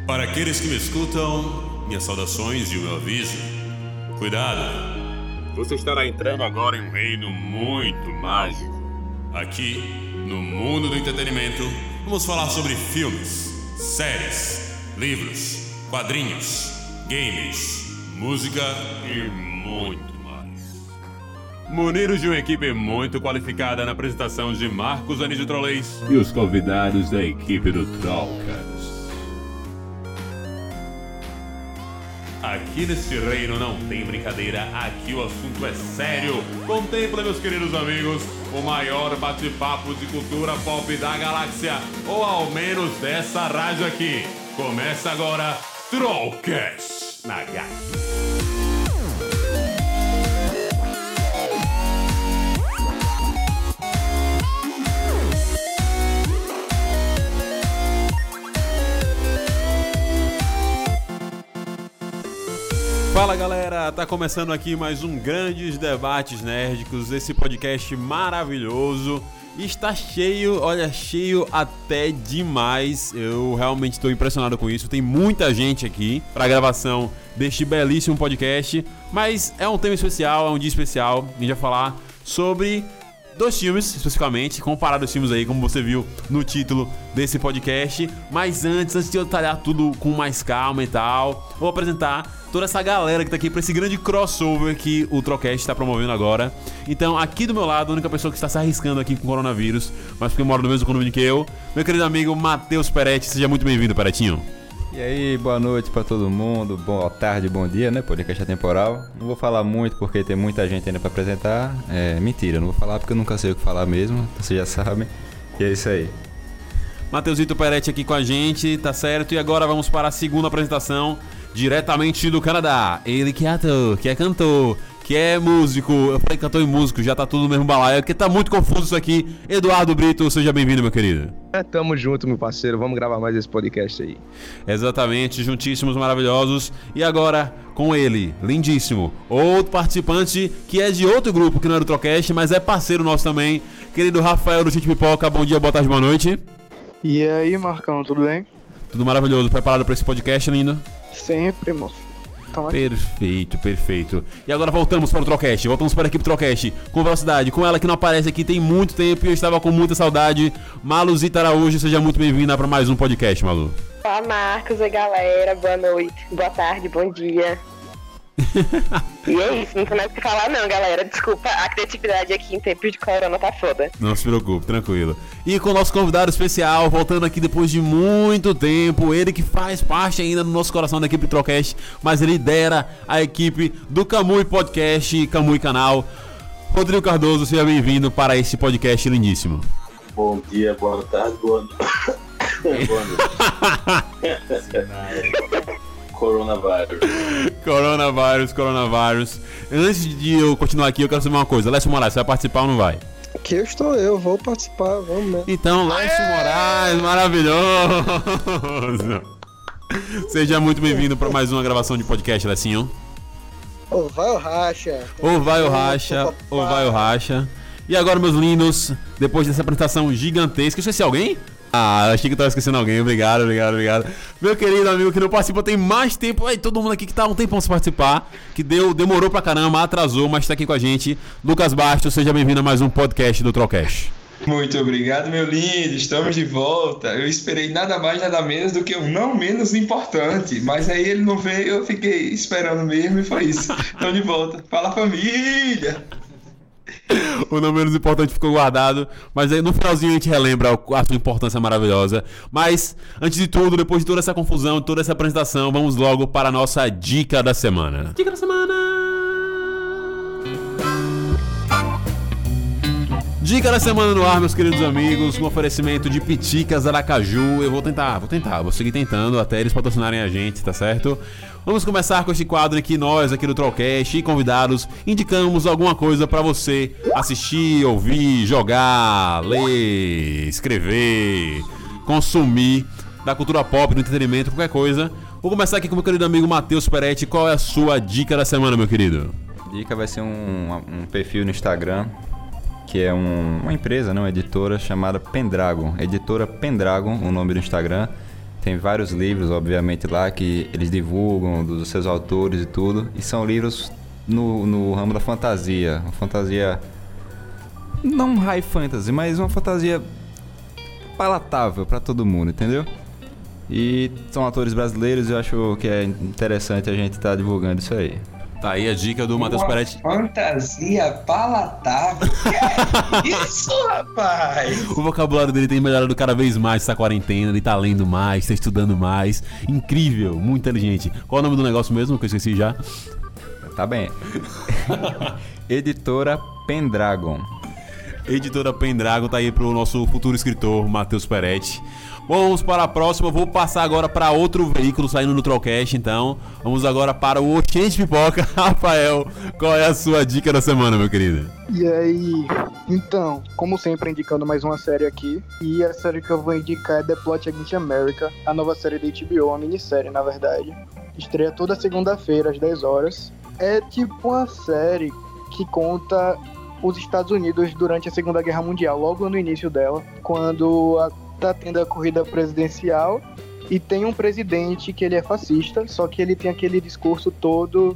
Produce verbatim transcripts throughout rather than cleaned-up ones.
Para aqueles que me escutam, minhas saudações e o meu aviso. Cuidado! Você estará entrando agora em um reino muito mágico. Aqui, no mundo do entretenimento, vamos falar sobre filmes, séries, livros, quadrinhos, games, música e muito mais. Munidos de uma equipe muito qualificada na apresentação de Marcos Anísio Trollês e os convidados da equipe do Trollcast. Aqui nesse reino não tem brincadeira, aqui o assunto é sério. Contemplem, meus queridos amigos, o maior bate-papo de cultura pop da galáxia, ou ao menos dessa rádio aqui. Começa agora, Trollcast na H. Fala galera, tá começando aqui mais um Grandes Debates Nerdicos, esse podcast maravilhoso. Está cheio, olha, cheio até demais. Eu realmente estou impressionado com isso. Tem muita gente aqui para a gravação deste belíssimo podcast, mas é um tema especial, é um dia especial. A gente vai falar sobre dois filmes, especificamente, comparar os filmes aí, como você viu no título desse podcast. Mas antes, antes de eu detalhar tudo com mais calma e tal, vou apresentar toda essa galera que tá aqui pra esse grande crossover que o Trollcast está promovendo agora. Então, aqui do meu lado, a única pessoa que está se arriscando aqui com o coronavírus, mas porque mora no mesmo condomínio que eu, meu querido amigo Matheus Peretti. Seja muito bem-vindo, Peretinho. E aí, boa noite pra todo mundo, boa tarde, bom dia, né? Podcast atemporal. Não vou falar muito porque tem muita gente ainda pra apresentar. É mentira, não vou falar porque eu nunca sei o que falar mesmo, vocês já sabem. E é isso aí. Matheusito Peretti aqui com a gente, tá certo? E agora vamos para a segunda apresentação, diretamente do Canadá. Ele que é ator, que é cantor, que é músico. Eu falei cantor e músico, já tá tudo no mesmo balaio, porque tá muito confuso isso aqui. Eduardo Brito, seja bem-vindo, meu querido. É, tamo junto, meu parceiro. Vamos gravar mais esse podcast aí. Exatamente, juntíssimos, maravilhosos. E agora, com ele, lindíssimo, outro participante que é de outro grupo, que não é do Trollcast, mas é parceiro nosso também, querido Rafael do Chute Pipoca. Bom dia, boa tarde, boa noite. E aí, Marcão, tudo bem? Tudo maravilhoso. Preparado para esse podcast, lindo? Sempre, moço. Perfeito, perfeito. E agora voltamos para o Trollcast, voltamos para a equipe Trollcast, com velocidade, com ela que não aparece aqui tem muito tempo e eu estava com muita saudade. Maluzita Araújo, seja muito bem-vinda para mais um podcast, Malu. Olá, Marcos, oi galera, boa noite, boa tarde, bom dia. E é isso, não tem mais o que falar não, galera. Desculpa, a criatividade aqui em tempos de corona tá foda. Não se preocupe, tranquilo. E com o nosso convidado especial, voltando aqui depois de muito tempo, ele que faz parte ainda do nosso coração da equipe Trollcast, mas ele lidera a equipe do Kamui Podcast, Kamui Canal. Rodrigo Cardoso, seja bem-vindo para esse podcast lindíssimo. Bom dia, boa tarde, boa noite. Boa noite. Coronavírus. Coronavírus, coronavírus. Antes de eu continuar aqui, eu quero saber uma coisa. Lécio Moraes, você vai participar ou não vai? Aqui eu estou eu, vou participar, vamos mesmo. Então, Lécio Moraes, maravilhoso. Seja muito bem-vindo para mais uma gravação de podcast, Lecinho. Ou vai o racha. Ou vai o racha, ou vai o racha. E agora, meus lindos, depois dessa apresentação gigantesca, eu esqueci alguém? Ah, achei que eu tava esquecendo alguém. Obrigado, obrigado, obrigado. Meu querido amigo que não participou tem mais tempo. Aí, todo mundo aqui que tá há um tempão sem participar, que deu, demorou pra caramba, atrasou, mas tá aqui com a gente. Lucas Bastos, seja bem-vindo a mais um podcast do Trollcast. Muito obrigado, meu lindo. Estamos de volta. Eu esperei nada mais, nada menos do que o não menos importante. Mas aí ele não veio, eu fiquei esperando mesmo e foi isso. Estamos de volta. Fala, família! O não menos importante ficou guardado, mas aí no finalzinho a gente relembra a sua importância maravilhosa. Mas, antes de tudo, depois de toda essa confusão, toda essa apresentação, vamos logo para a nossa dica da semana. Dica da semana! Dica da semana no ar, meus queridos amigos, um oferecimento de Piticas Aracaju. Eu vou tentar, vou tentar, vou seguir tentando até eles patrocinarem a gente, tá certo? Vamos começar com este quadro em que nós, aqui do Trollcast e convidados, indicamos alguma coisa pra você assistir, ouvir, jogar, ler, escrever, consumir da cultura pop, do entretenimento, qualquer coisa. Vou começar aqui com o meu querido amigo Matheus Peretti. Qual é a sua dica da semana, meu querido? Dica vai ser um, um perfil no Instagram, que é um, uma empresa, né, uma editora chamada Pendragon. Editora Pendragon, o nome do Instagram. Tem vários livros, obviamente, lá que eles divulgam dos seus autores e tudo. E são livros no, no ramo da fantasia. Uma fantasia... Não high fantasy, mas uma fantasia palatável pra todo mundo, entendeu? E são autores brasileiros e eu acho que é interessante a gente estar tá divulgando isso aí. Tá aí a dica do Matheus Peretti. Fantasia palatável. Que é isso, rapaz? O vocabulário dele tem melhorado cada vez mais essa quarentena. Ele tá lendo mais, tá estudando mais. Incrível, muito inteligente. Qual é o nome do negócio mesmo que eu esqueci já? Tá bem. Editora Pendragon. Editora Pendragon tá aí pro nosso futuro escritor, Matheus Peretti. Bom, vamos para a próxima. Vou passar agora para outro veículo saindo no Trollcast, então. Vamos agora para o Oxente Pipoca. Rafael, qual é a sua dica da semana, meu querido? E aí? Então, como sempre, indicando mais uma série aqui. E a série que eu vou indicar é The Plot Against America, a nova série da H B O, a minissérie, na verdade. Estreia toda segunda-feira, às dez horas. É tipo uma série que conta os Estados Unidos durante a Segunda Guerra Mundial, logo no início dela, quando a tá tendo a corrida presidencial e tem um presidente que ele é fascista, só que ele tem aquele discurso todo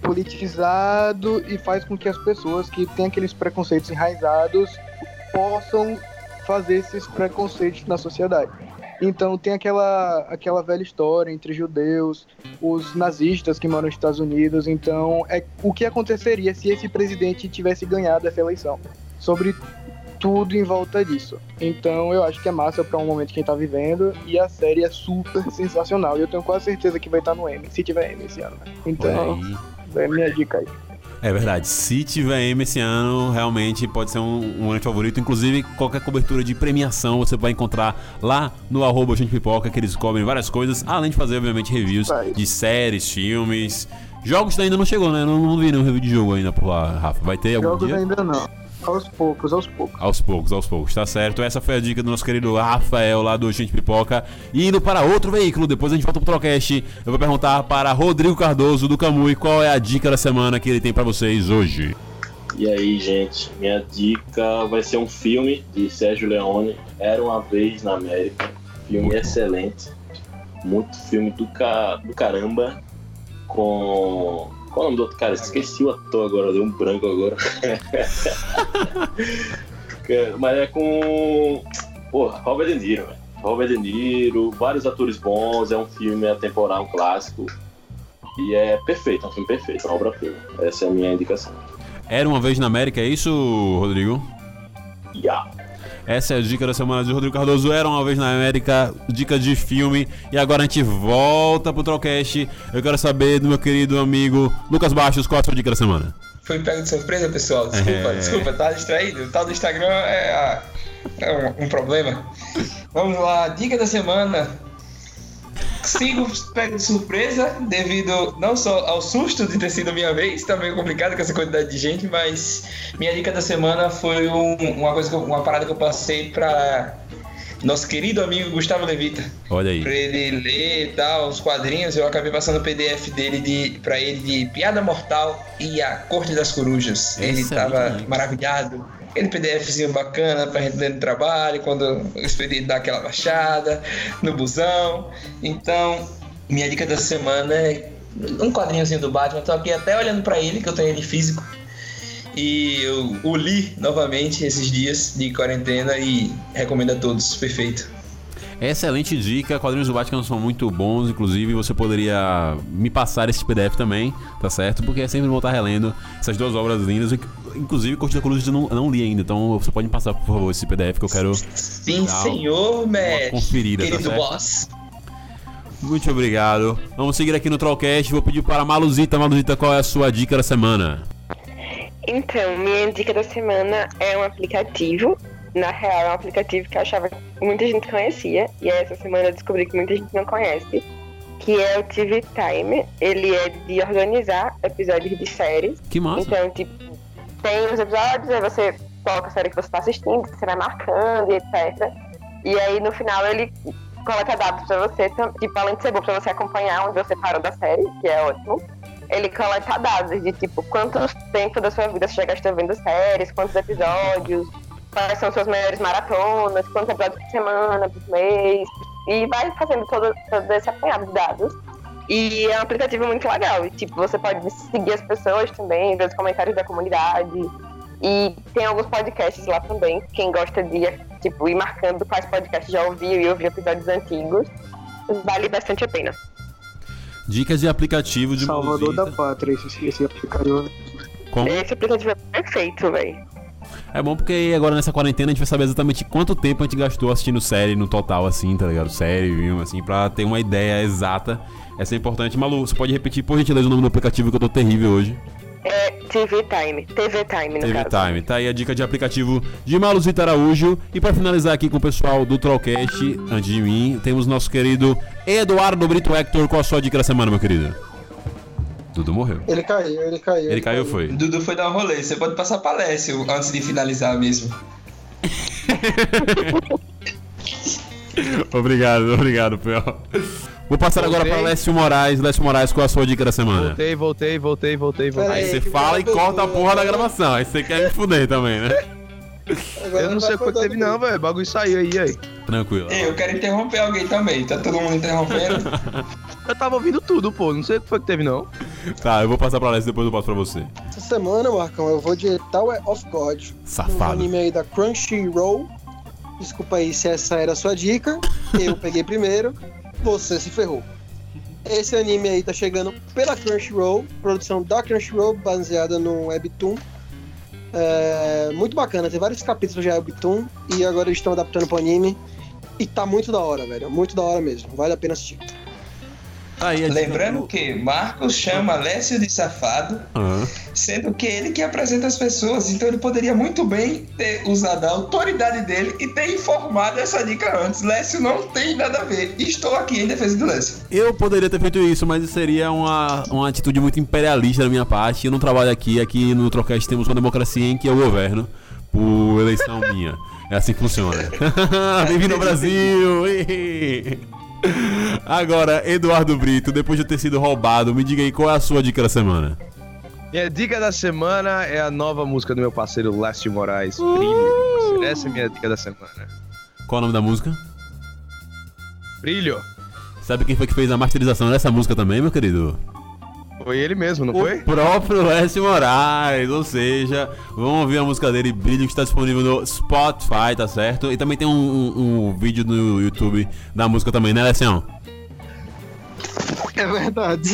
politizado e faz com que as pessoas que têm aqueles preconceitos enraizados possam fazer esses preconceitos na sociedade. Então tem aquela, aquela velha história entre judeus, os nazistas que moram nos Estados Unidos. Então é o que aconteceria se esse presidente tivesse ganhado essa eleição, sobre tudo em volta disso. Então eu acho que é massa para um momento que a gente tá vivendo, e a série é super sensacional e eu tenho quase certeza que vai estar no Emmy, se tiver Emmy esse ano, né? Então é a minha dica aí. É verdade, se tiver Emmy esse ano, realmente pode ser um, um grande favorito. Inclusive, qualquer cobertura de premiação você vai encontrar lá no arroba Gente Pipoca, que eles cobrem várias coisas, além de fazer, obviamente, reviews vai. de séries, filmes. Jogos ainda não chegou, né? Não, não vi nenhum review de jogo ainda por lá, Rafa. Vai ter algum Jogos dia? Ainda não. Aos poucos, aos poucos. Aos poucos, aos poucos, tá certo. Essa foi a dica do nosso querido Rafael lá do Gente Pipoca. E indo para outro veículo, depois a gente volta pro Trollcast. Eu vou perguntar para Rodrigo Cardoso do Camui qual é a dica da semana que ele tem para vocês hoje. E aí, gente, minha dica vai ser um filme de Sérgio Leone, Era Uma Vez na América. Filme muito excelente, muito filme do, ca... do caramba, com... Qual é o nome do outro cara? Esqueci o ator agora, deu um branco agora. Mas é com... Porra, Robert De Niro, velho. Robert De Niro, vários atores bons, é um filme atemporal, um clássico. E é perfeito, é um filme perfeito, é uma obra-prima. Essa é a minha indicação. Era Uma Vez na América, é isso, Rodrigo? Yeah. Essa é a dica da semana de Rodrigo Cardoso. Era Uma Vez na América, dica de filme. E agora a gente volta pro Trollcast. Eu quero saber do meu querido amigo Lucas Baixos, qual é a sua dica da semana? Foi pego de surpresa, pessoal. Desculpa, é... desculpa, tá distraído. O tal do Instagram é, a... é um, um problema. Vamos lá, dica da semana. Sigo pego de surpresa devido não só ao susto de ter sido a minha vez, tá meio complicado com essa quantidade de gente, mas minha dica da semana foi um, uma coisa que eu, uma parada que eu passei pra nosso querido amigo Gustavo Levita. Olha aí. Pra ele ler e tal, os quadrinhos. Eu acabei passando o P D F dele de, pra ele de Piada Mortal e a Corte das Corujas. Ele Esse tava é maravilhado. Aquele PDFzinho bacana pra gente ler no trabalho, quando o expediente dá aquela baixada, no busão. Então, minha dica da semana é um quadrinhozinho do Batman. Tô aqui até olhando pra ele, que eu tenho ele físico. E eu o li novamente esses dias de quarentena e recomendo a todos. Perfeito. Excelente dica, quadrinhos do Batman são muito bons, inclusive você poderia me passar esse P D F também, tá certo? Porque é sempre bom estar relendo essas duas obras lindas, inclusive Corte da Coruja eu não, eu não li ainda, então você pode me passar, por favor, esse P D F que eu quero... Sim, senhor, mestre, conferida, querido tá boss. Muito obrigado. Vamos seguir aqui no Trollcast, vou pedir para a Maluzita. Maluzita, qual é a sua dica da semana? Então, minha dica da semana é um aplicativo. Na real, é um aplicativo que eu achava que muita gente conhecia. E essa semana eu descobri que muita gente não conhece. Que é o T V Time. Ele é de organizar episódios de séries. Que massa. Então, tipo, tem os episódios, aí você coloca a série que você tá assistindo, você vai marcando e etcétera. E aí, no final, ele coleta dados pra você. Tipo, além de ser bom pra você acompanhar onde você parou da série, que é ótimo. Ele coleta dados de, tipo, quanto tempo da sua vida você já gastou vendo séries, quantos episódios, quais são suas melhores maratonas, quantos episódios por semana, por mês. e vai fazendo todo, todo esse apanhado de dados. E é um aplicativo muito legal. E, tipo, você pode seguir as pessoas também, ver os comentários da comunidade. E tem alguns podcasts lá também. Quem gosta de, tipo, ir marcando quais podcasts já ouviu e ouvir episódios antigos, vale bastante a pena. Dicas de aplicativo de Salvador música. da Pátria, esse, esse aplicativo. Como? Esse aplicativo é perfeito, velho. É bom porque agora nessa quarentena a gente vai saber exatamente quanto tempo a gente gastou assistindo série no total, assim, tá ligado? Série, filme, assim, pra ter uma ideia exata. Essa é importante. Malu, você pode repetir, por gentileza, o nome do aplicativo que eu tô terrível hoje? É T V Time. T V Time, no T V caso. Time. Tá aí a dica de aplicativo de Maluzita Araújo. E pra finalizar aqui com o pessoal do Trollcast, antes de mim, temos nosso querido Eduardo Brito Hector. Qual a sua dica da semana, meu querido? Dudu morreu. Ele caiu, ele caiu. Ele caiu, foi. Dudu foi dar um rolê. Você pode passar pra Lécio antes de finalizar mesmo. Obrigado, obrigado, Pel. Vou passar Voltei. agora pra Lécio Moraes. Lécio Moraes, qual a sua dica da semana? Voltei, voltei, voltei, voltei, voltei. Aí você que fala e maravilhoso. corta a porra da gravação. Aí você quer me fuder também, né? Agora Eu não sei o que foi que teve não, velho. O bagulho saiu aí, aí. Tranquilo. Ei, eu quero interromper alguém também. Tá todo mundo interrompendo? Eu tava ouvindo tudo, pô. Não sei o que foi que teve não. Tá, eu vou passar pra Lécio e depois eu passo pra você. Essa semana, Marcão, eu vou de Tower of God. Um Safado. anime aí da Crunchyroll. Desculpa aí se essa era a sua dica. Eu peguei primeiro. Você se ferrou. Esse anime aí tá chegando pela Crunchyroll. Produção da Crunchyroll, baseada no Webtoon. É, muito bacana, tem vários capítulos já Webtoon. E agora eles estão adaptando pro anime. E tá muito da hora, velho. Muito da hora mesmo. Vale a pena assistir. Tá aí a dica Lembrando do- que Marcos chama Lécio de safado, Aham. sendo que ele que apresenta as pessoas, então ele poderia muito bem ter usado a autoridade dele e ter informado essa dica antes. Lécio não tem nada a ver. Estou aqui em defesa do Lécio. Eu poderia ter feito isso, mas isso seria uma, uma atitude muito imperialista da minha parte. Eu não trabalho aqui. Aqui no Trocast temos uma democracia em que eu governo por eleição minha. É assim que funciona. Bem-vindo ao Brasil! Agora, Eduardo Brito, depois de ter sido roubado, me diga aí qual é a sua dica da semana. Minha dica da semana é a nova música do meu parceiro Lécio Moraes, Brilho. Essa é a minha dica da semana. Qual é o nome da música? Brilho. Sabe quem foi que fez a masterização dessa música também, meu querido? Foi ele mesmo, não O foi? próprio Lécio Moraes, ou seja, vamos ouvir a música dele, Brilho, que está disponível no Spotify, tá certo? E também tem um, um, um vídeo no YouTube da música também, né, Lécio? É verdade.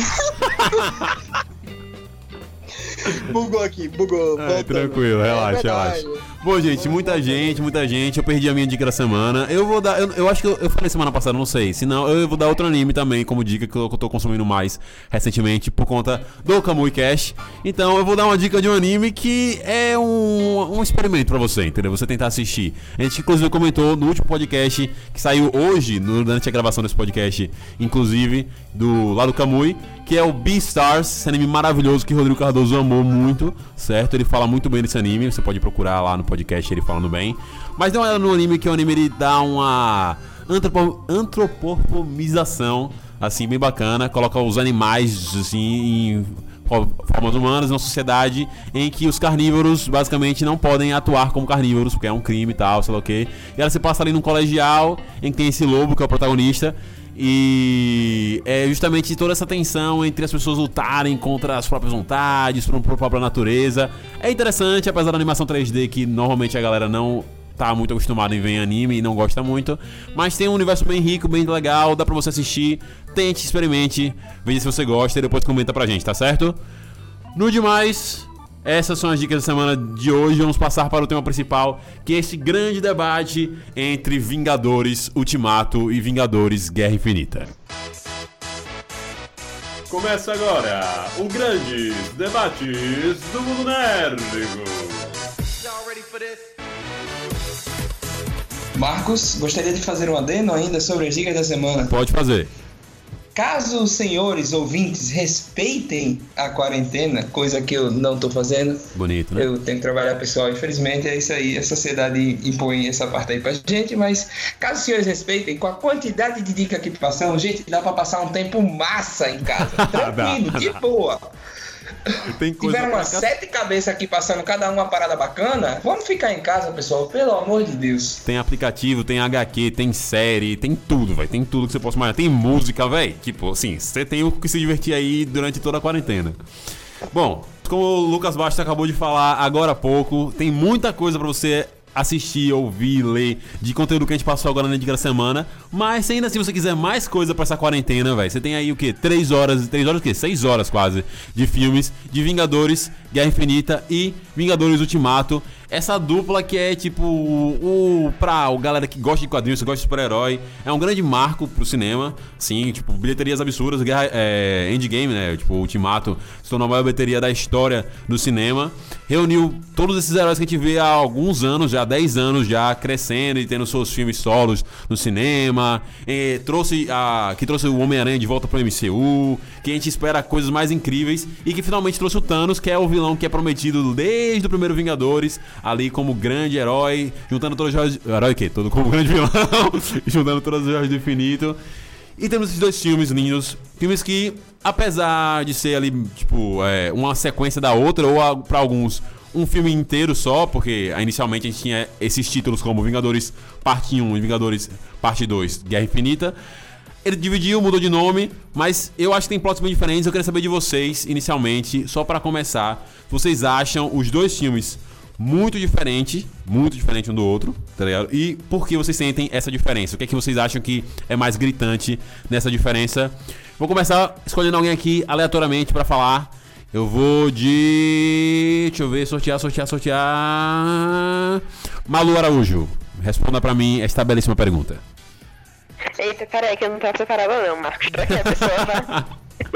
Bugou aqui, bugou. É, voltando. tranquilo, relaxa, É verdade. relaxa. Bom, gente, muita gente, muita gente. Eu perdi a minha dica da semana. Eu vou dar. Eu, eu acho que eu, eu falei semana passada, não sei. Se não, eu vou dar outro anime também como dica que eu, que eu tô consumindo mais recentemente por conta do Kamui Cash. Então eu vou dar uma dica de um anime que é um, um experimento pra você, entendeu? Você tentar assistir. A gente inclusive comentou no último podcast que saiu hoje, no, durante a gravação desse podcast, inclusive, do lá do Kamui, que é o Beastars, esse anime maravilhoso que o Rodrigo Cardoso amou muito, certo? Ele fala muito bem desse anime, você pode procurar lá no podcast ele falando bem. Mas dá uma olhada no anime, que o anime ele dá uma antropo, antropomorfização, assim, bem bacana. Coloca os animais, assim, em formas humanas, numa sociedade em que os carnívoros basicamente não podem atuar como carnívoros, porque é um crime e tal, sei lá o que. E ela se passa ali num colegial em que tem esse lobo que é o protagonista. E é justamente toda essa tensão entre as pessoas lutarem contra as próprias vontades, por a própria natureza. É interessante, apesar da animação três D que normalmente a galera não tá muito acostumada em ver em anime e não gosta muito. Mas tem um universo bem rico, bem legal, dá pra você assistir. Tente, experimente, veja se você gosta e depois comenta pra gente, tá certo? No demais, essas são as dicas da semana de hoje. Vamos passar para o tema principal, que é esse grande debate entre Vingadores Ultimato e Vingadores Guerra Infinita. Começa agora o Grandes Debates do Mundo Nérdico. Marcos, gostaria de fazer um adendo ainda sobre as dicas da semana. Pode fazer. Caso os senhores ouvintes respeitem a quarentena, coisa que eu não tô fazendo, Bonito, né? eu tenho que trabalhar, pessoal, infelizmente é isso aí, a sociedade impõe essa parte aí pra gente, mas caso os senhores respeitem, com a quantidade de dica que passamos, gente, dá pra passar um tempo massa em casa, tranquilo, Dá, de dá. boa. Tem coisa Tiveram pra umas cá. sete cabeças aqui passando cada uma parada bacana. Vamos ficar em casa, pessoal, pelo amor de Deus. Tem aplicativo, tem H Q, tem série, tem tudo, velho. Tem tudo que você possa imaginar. Tem música, velho. Tipo, assim, você tem o que se divertir aí durante toda a quarentena. Bom, como o Lucas Bastos acabou de falar agora há pouco, tem muita coisa pra você assistir, ouvir, ler de conteúdo que a gente passou agora na dica da semana. Mas se ainda assim você quiser mais coisa pra essa quarentena, velho, você tem aí o quê? Três horas, três horas o quê? Seis horas quase de filmes de Vingadores, Guerra Infinita e Vingadores Ultimato. Essa dupla que é tipo o, o pra o galera que gosta de quadrinhos, que gosta de super-herói, é um grande marco pro cinema, sim, tipo, bilheterias absurdas, Guerra, é, Endgame, né, tipo, Ultimato se tornou a maior bilheteria da história do cinema, reuniu todos esses heróis que a gente vê há alguns anos, já há dez anos já, crescendo e tendo seus filmes solos no cinema, e trouxe a, que trouxe o Homem-Aranha de volta pro M C U, que a gente espera coisas mais incríveis, e que finalmente trouxe o Thanos, que é o vilão que é prometido desde o primeiro Vingadores, ali como grande herói, juntando todos os joias... Herói o quê? Todo como grande vilão, juntando todas as joias do infinito. E temos esses dois filmes lindos, filmes que, apesar de ser ali, tipo, é, uma sequência da outra, ou para alguns, um filme inteiro só, porque inicialmente a gente tinha esses títulos como Vingadores Parte um e Vingadores Parte dois, Guerra Infinita. Ele dividiu, mudou de nome, mas eu acho que tem plots bem diferentes. Eu queria saber de vocês, inicialmente, só pra começar, vocês acham os dois filmes muito diferentes, muito diferente um do outro, tá ligado? E por que vocês sentem essa diferença? O que é que vocês acham que é mais gritante nessa diferença? Vou começar escolhendo alguém aqui aleatoriamente pra falar. Eu vou de... Deixa eu ver, sortear, sortear, sortear... Malu Araújo, responda pra mim esta belíssima pergunta. Eita, peraí, que eu não tô preparada não, Marcos, pra que a pessoa vá...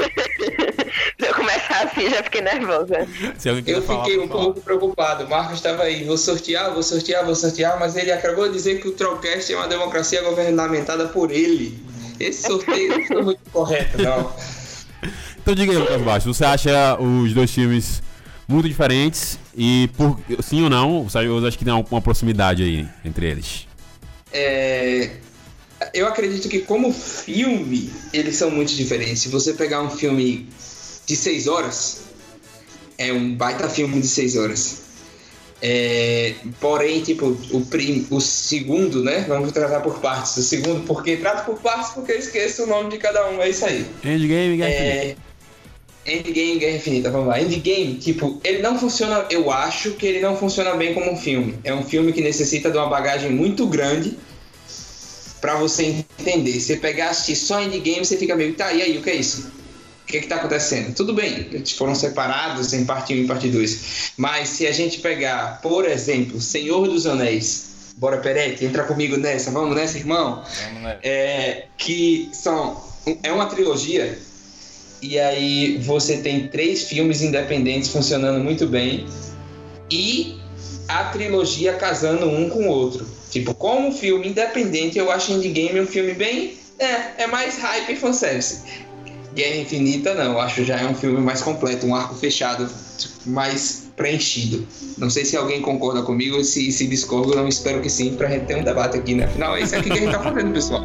Se eu começar assim, já fiquei nervosa. Eu fiquei um pouco preocupado. O Marcos estava aí, vou sortear, vou sortear, vou sortear, mas ele acabou de dizer que o Trollcast é uma democracia governamentada por ele. Esse sorteio não foi muito correto, não. Então diga aí, Lucas Bastos, você acha os dois filmes muito diferentes e por sim ou não, você acha que tem uma proximidade aí entre eles? É... Eu acredito que como filme, eles são muito diferentes. Se você pegar um filme de seis horas, é um baita filme de seis horas. É... Porém, tipo, o, prim... o segundo, né? Vamos tratar por partes. O segundo, porque trato por partes porque eu esqueço o nome de cada um. É isso aí. Endgame, Guerra é... Infinita. Endgame, Guerra Infinita, vamos lá. Endgame, tipo, ele não funciona... Eu acho que ele não funciona bem como um filme. É um filme que necessita de uma bagagem muito grande pra você entender. Se você pegar e assistir só Endgame, você fica meio, tá, e aí, o que é isso? O que é que tá acontecendo? Tudo bem, eles foram separados em parte um e parte dois. Mas se a gente pegar, por exemplo, Senhor dos Anéis, bora Peretti, entra comigo nessa, vamos nessa, irmão? Vamos nessa. É, que são... É uma trilogia, e aí você tem três filmes independentes funcionando muito bem, e a trilogia casando um com o outro. Tipo, como filme independente, eu acho Endgame um filme bem... É, é mais hype e fanservice. Guerra Infinita, não. Eu acho já é um filme mais completo, um arco fechado, mais preenchido. Não sei se alguém concorda comigo, se, se discorda, eu não espero que sim, pra gente ter um debate aqui, né? Afinal, é isso aqui que a gente tá fazendo, pessoal.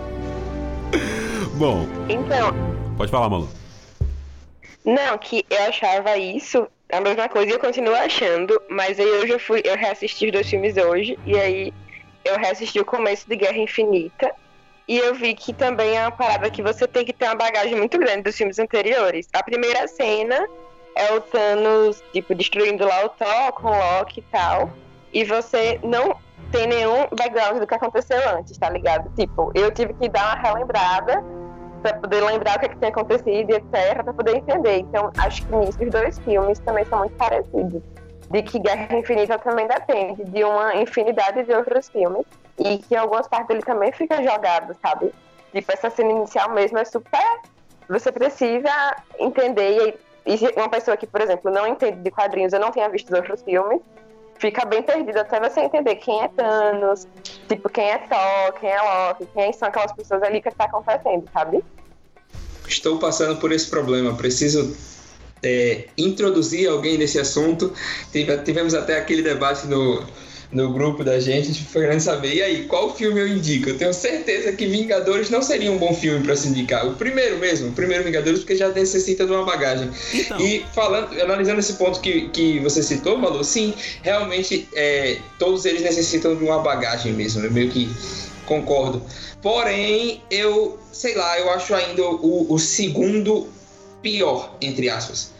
Bom, Então, pode falar, Malu. não, que eu achava isso a mesma coisa e eu continuo achando, mas aí hoje eu fui, eu reassisti os dois filmes hoje, e aí eu reassisti o começo de Guerra Infinita, e eu vi que também é uma parada que você tem que ter uma bagagem muito grande dos filmes anteriores. A primeira cena é o Thanos, tipo, destruindo lá o Thor com o Loki e tal, e você não tem nenhum background do que aconteceu antes, tá ligado? Tipo, eu tive que dar uma relembrada pra poder lembrar o que, é que tinha acontecido e etcétera, pra poder entender. Então, acho que nisso os dois filmes também são muito parecidos. De que Guerra Infinita também depende de uma infinidade de outros filmes. E que em algumas partes dele também fica jogado, sabe? Tipo, essa cena inicial mesmo é super... Você precisa entender. E, e uma pessoa que, por exemplo, não entende de quadrinhos, eu não tenha visto os outros filmes, fica bem perdida até você entender quem é Thanos, tipo, quem é Thor, quem é Loki, quem são aquelas pessoas ali que está acontecendo, sabe? Estou passando por esse problema, preciso é, introduzir alguém nesse assunto. Tive, tivemos até aquele debate no, no grupo da gente, a gente foi querendo saber, e aí, qual filme eu indico? Eu tenho certeza que Vingadores não seria um bom filme pra se indicar. O primeiro mesmo, o primeiro Vingadores, porque já necessita de uma bagagem. Então. E falando, analisando esse ponto que, que você citou, Malu, sim, realmente é, todos eles necessitam de uma bagagem mesmo, eu meio que concordo. Porém, eu, sei lá, eu acho ainda o, o segundo pior, entre aspas.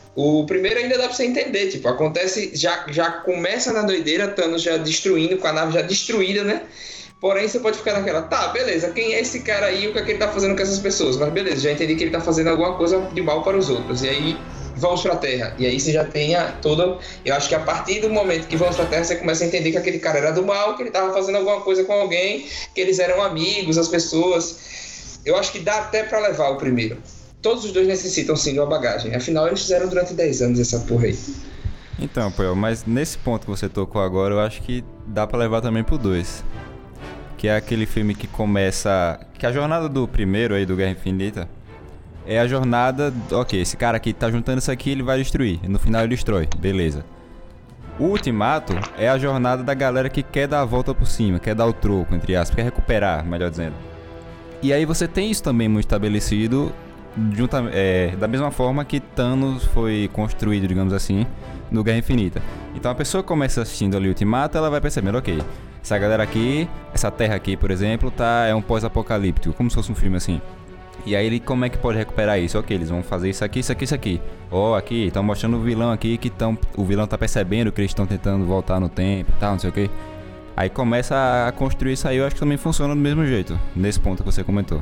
O primeiro ainda dá pra você entender, tipo, acontece, já, já começa na doideira, Thanos já destruindo, com a nave já destruída, né? Porém, você pode ficar naquela, tá, beleza, quem é esse cara aí, o que é que ele tá fazendo com essas pessoas? Mas beleza, já entendi que ele tá fazendo alguma coisa de mal para os outros. E aí, vamos pra Terra. E aí você já tem a, toda... Eu acho que a partir do momento que vamos pra Terra, você começa a entender que aquele cara era do mal, que ele tava fazendo alguma coisa com alguém, que eles eram amigos, as pessoas. Eu acho que dá até pra levar o primeiro. Todos os dois necessitam sim de uma bagagem. Afinal, eles fizeram durante dez anos essa porra aí. Então, Poel, mas nesse ponto que você tocou agora, eu acho que dá pra levar também pro dois. Que é aquele filme que começa... Que a jornada do primeiro aí, do Guerra Infinita, é a jornada... Ok, esse cara aqui tá juntando isso aqui, ele vai destruir. E no final ele destrói. Beleza. O Ultimato é a jornada da galera que quer dar a volta por cima, quer dar o troco, entre aspas, quer recuperar, melhor dizendo. E aí você tem isso também muito estabelecido... Junta, é, da mesma forma que Thanos foi construído, digamos assim, no Guerra Infinita. Então a pessoa que começa assistindo ali o Ultimato, ela vai percebendo, ok, essa galera aqui, essa terra aqui, por exemplo, tá, é um pós-apocalíptico, como se fosse um filme assim. E aí ele, como é que pode recuperar isso? Ok, eles vão fazer isso aqui, isso aqui, isso aqui. Ó, oh, aqui, estão mostrando o vilão aqui, que tão, o vilão tá percebendo que eles estão tentando voltar no tempo e tal, não sei o que. Aí começa a construir isso aí, eu acho que também funciona do mesmo jeito, nesse ponto que você comentou.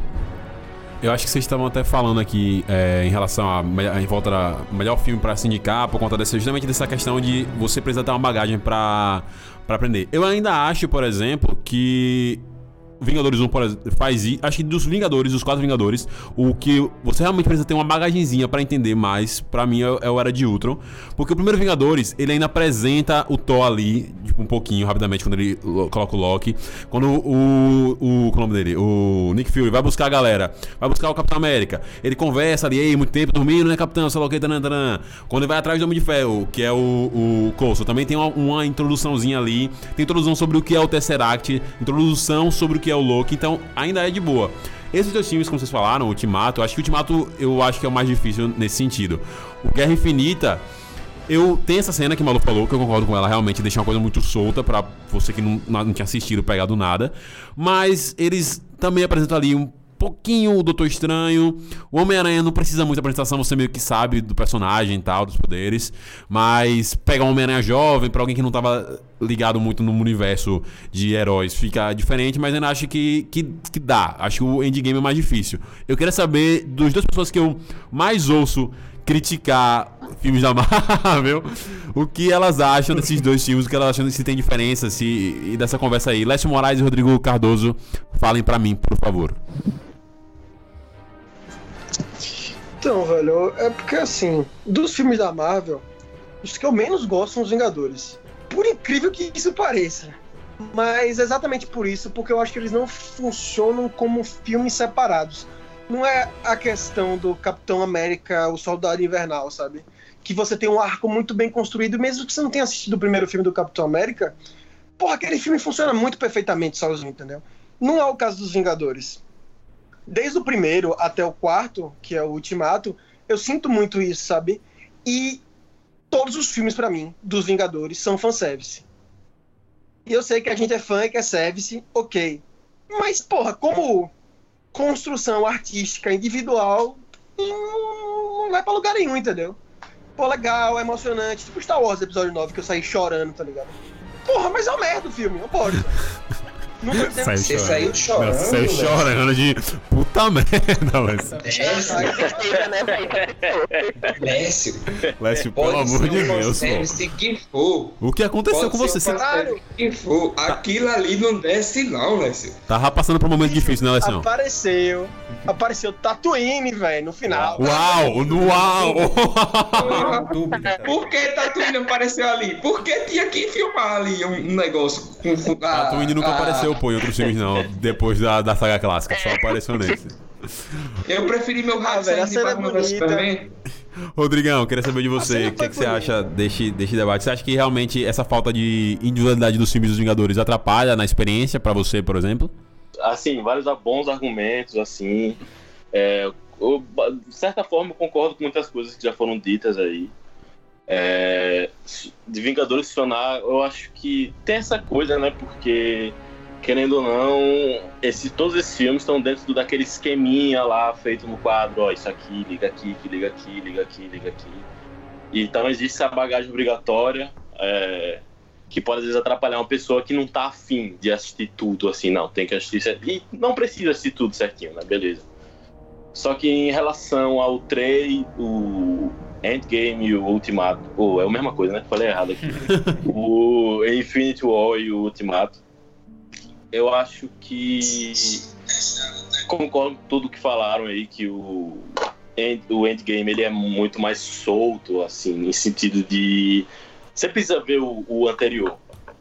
Eu acho que vocês estavam até falando aqui é, em relação a, a em volta da melhor filme pra se indicar por conta dessa, justamente dessa questão de você precisar ter uma bagagem pra, pra aprender. Eu ainda acho, por exemplo, que Vingadores um por exemplo, faz isso. Acho que dos Vingadores, dos quatro Vingadores, o que você realmente precisa ter uma bagagenzinha pra entender mais, pra mim, é, é o Era de Ultron. Porque o primeiro Vingadores, ele ainda apresenta o Thor ali, tipo, um pouquinho, rapidamente, quando ele coloca o Loki. Quando o... o qual é o nome dele? O Nick Fury vai buscar a galera, vai buscar o Capitão América. Ele conversa ali, ei, muito tempo dormindo, né, Capitão? Sei lá o que, taran, taran. Quando ele vai atrás do Homem de Ferro, que é o, o Coulson, também tem uma, uma introduçãozinha ali. Tem introdução sobre o que é o Tesseract, introdução sobre o que é o Loki, então ainda é de boa. Esses dois filmes, como vocês falaram, o Ultimato, acho que o Ultimato eu acho que é o mais difícil nesse sentido. O Guerra Infinita, eu tenho essa cena que o Malu falou, que eu concordo com ela, realmente deixa uma coisa muito solta pra você que não, não tinha assistido pegar do nada, mas eles também apresentam ali um pouquinho o Doutor Estranho. O Homem-Aranha não precisa muito de apresentação, você meio que sabe do personagem e tal, dos poderes. Mas pegar um Homem-Aranha jovem pra alguém que não tava ligado muito no universo de heróis fica diferente, mas eu ainda acho que, que, que dá. Acho que o Endgame é mais difícil. Eu queria saber das duas pessoas que eu mais ouço criticar filmes da Marvel, o que elas acham desses dois filmes, o que elas acham, se tem diferença, se, e dessa conversa aí. Lécio Moraes e Rodrigo Cardoso, falem pra mim, por favor. Então, velho, é porque assim, dos filmes da Marvel, os que eu menos gosto são os Vingadores. Por incrível que isso pareça. Mas exatamente por isso, porque eu acho que eles não funcionam como filmes separados. Não é a questão do Capitão América, o Soldado Invernal, sabe? Que você tem um arco muito bem construído, mesmo que você não tenha assistido o primeiro filme do Capitão América, porra, aquele filme funciona muito perfeitamente sozinho, entendeu? Não é o caso dos Vingadores. Desde o primeiro até o quarto, que é o Ultimato, eu sinto muito isso, sabe? E todos os filmes, pra mim, dos Vingadores, são fanservice. E eu sei que a gente é fã e que é service, ok. Mas, porra, como construção artística individual, não vai pra lugar nenhum, entendeu? Pô, legal, é emocionante. Tipo Star Wars Episódio nove, que eu saí chorando, tá ligado? Porra, mas é uma merda o filme, eu posso. Nunca Sai Você chorando. saiu chorando. Você saiu chorando de puta merda, Lécio. Lécio. Lécio, pelo amor de Deus. Que for. O que aconteceu com você? Você que for. Aquilo ali não desce, não, Lécio. Tava passando por um momento difícil, né, Lécio? Apareceu. Apareceu Tatooine, velho, no final. Uau, no uau. Por que Tatooine apareceu ali? Por que tinha que filmar ali um negócio com. Tatooine nunca apareceu. Pô, em outros filmes não, depois da, da saga clássica, só apareceu nesse. Eu preferi meu rato velho, a saindo de cena é Batman vs bonita. Superman. Rodrigão, queria saber de você, o que, é que você acha deste, deste debate? Você acha que realmente essa falta de individualidade dos filmes dos Vingadores atrapalha na experiência pra você, por exemplo? Assim, vários bons argumentos, assim. É, eu, de certa forma, eu concordo com muitas coisas que já foram ditas aí. É, de Vingadores funcionar, eu acho que tem essa coisa, né? Porque, querendo ou não, esse, todos esses filmes estão dentro do, daquele esqueminha lá feito no quadro. Ó, isso aqui, liga aqui, que liga aqui, liga aqui, liga aqui. E, então existe essa bagagem obrigatória é, que pode às vezes atrapalhar uma pessoa que não tá afim de assistir tudo, assim, não, tem que assistir e não precisa assistir tudo certinho, né? Beleza. Só que em relação ao três, o Endgame e o Ultimato, ou oh, é a mesma coisa, né? Falei errado aqui. O Infinity War e o Ultimato, eu acho que concordo com tudo que falaram aí, que o, End, o Endgame ele é muito mais solto, assim, em sentido de você precisa ver o, o anterior.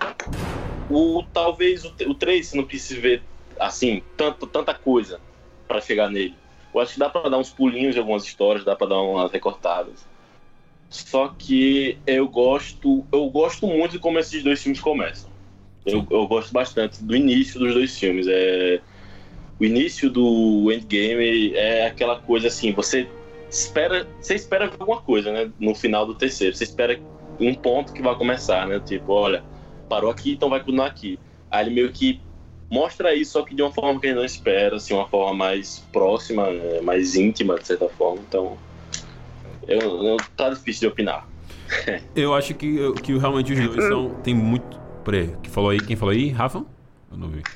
O, talvez o, o três você não precise ver assim, tanto, tanta coisa pra chegar nele. Eu acho que dá pra dar uns pulinhos em algumas histórias, dá pra dar umas recortadas. Só que eu gosto, eu gosto muito de como esses dois filmes começam. Eu, eu gosto bastante do início dos dois filmes. É, o início do Endgame é aquela coisa assim, você espera, você espera ver alguma coisa, né? No final do terceiro, você espera um ponto que vai começar, né? Tipo, olha, parou aqui, então vai continuar aqui. Aí ele meio que mostra isso, só que de uma forma que a gente não espera, assim, uma forma mais próxima, mais íntima, de certa forma. Então, eu, eu tá difícil de opinar. Eu acho que, que realmente os dois são, tem muito... Peraí, que falou aí? Quem falou aí? Rafa? Eu não vi.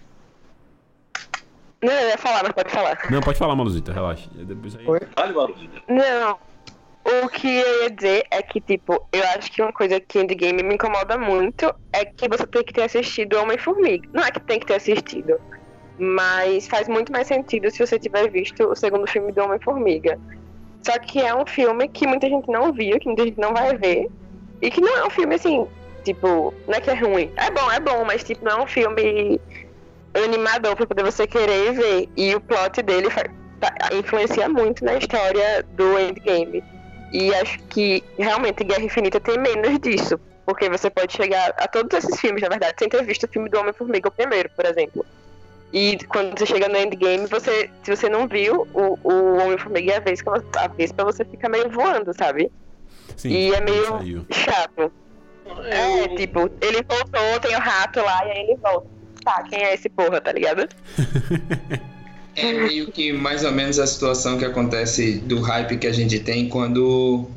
Não, eu ia falar, mas pode falar. Não, pode falar, Maluzita, relaxa. Depois aí... Oi? Vale, Maluzita. Não. O que eu ia dizer é que, tipo, eu acho que uma coisa que Endgame me incomoda muito é que você tem que ter assistido Homem-Formiga. Não é que tem que ter assistido, mas faz muito mais sentido se você tiver visto o segundo filme do Homem-Formiga. Só que é um filme que muita gente não viu, que muita gente não vai ver, e que não é um filme, assim, tipo, não é que é ruim. É bom, é bom, mas, tipo, não é um filme animador pra poder você querer ver. E o plot dele faz, influencia muito na história do Endgame. E acho que realmente Guerra Infinita tem menos disso, porque você pode chegar a todos esses filmes, na verdade, sem ter visto o filme do Homem-Formiga, o primeiro, por exemplo. E quando você chega no Endgame, você, se você não viu o, o Homem-Formiga, é a vez, que, a vez pra você ficar meio voando, sabe? Sim, e é meio saiu. chato. É, tipo, ele voltou, tem o rato lá, e aí ele volta. Tá, quem é esse porra, tá ligado? É meio que mais ou menos a situação que acontece do hype que a gente tem quando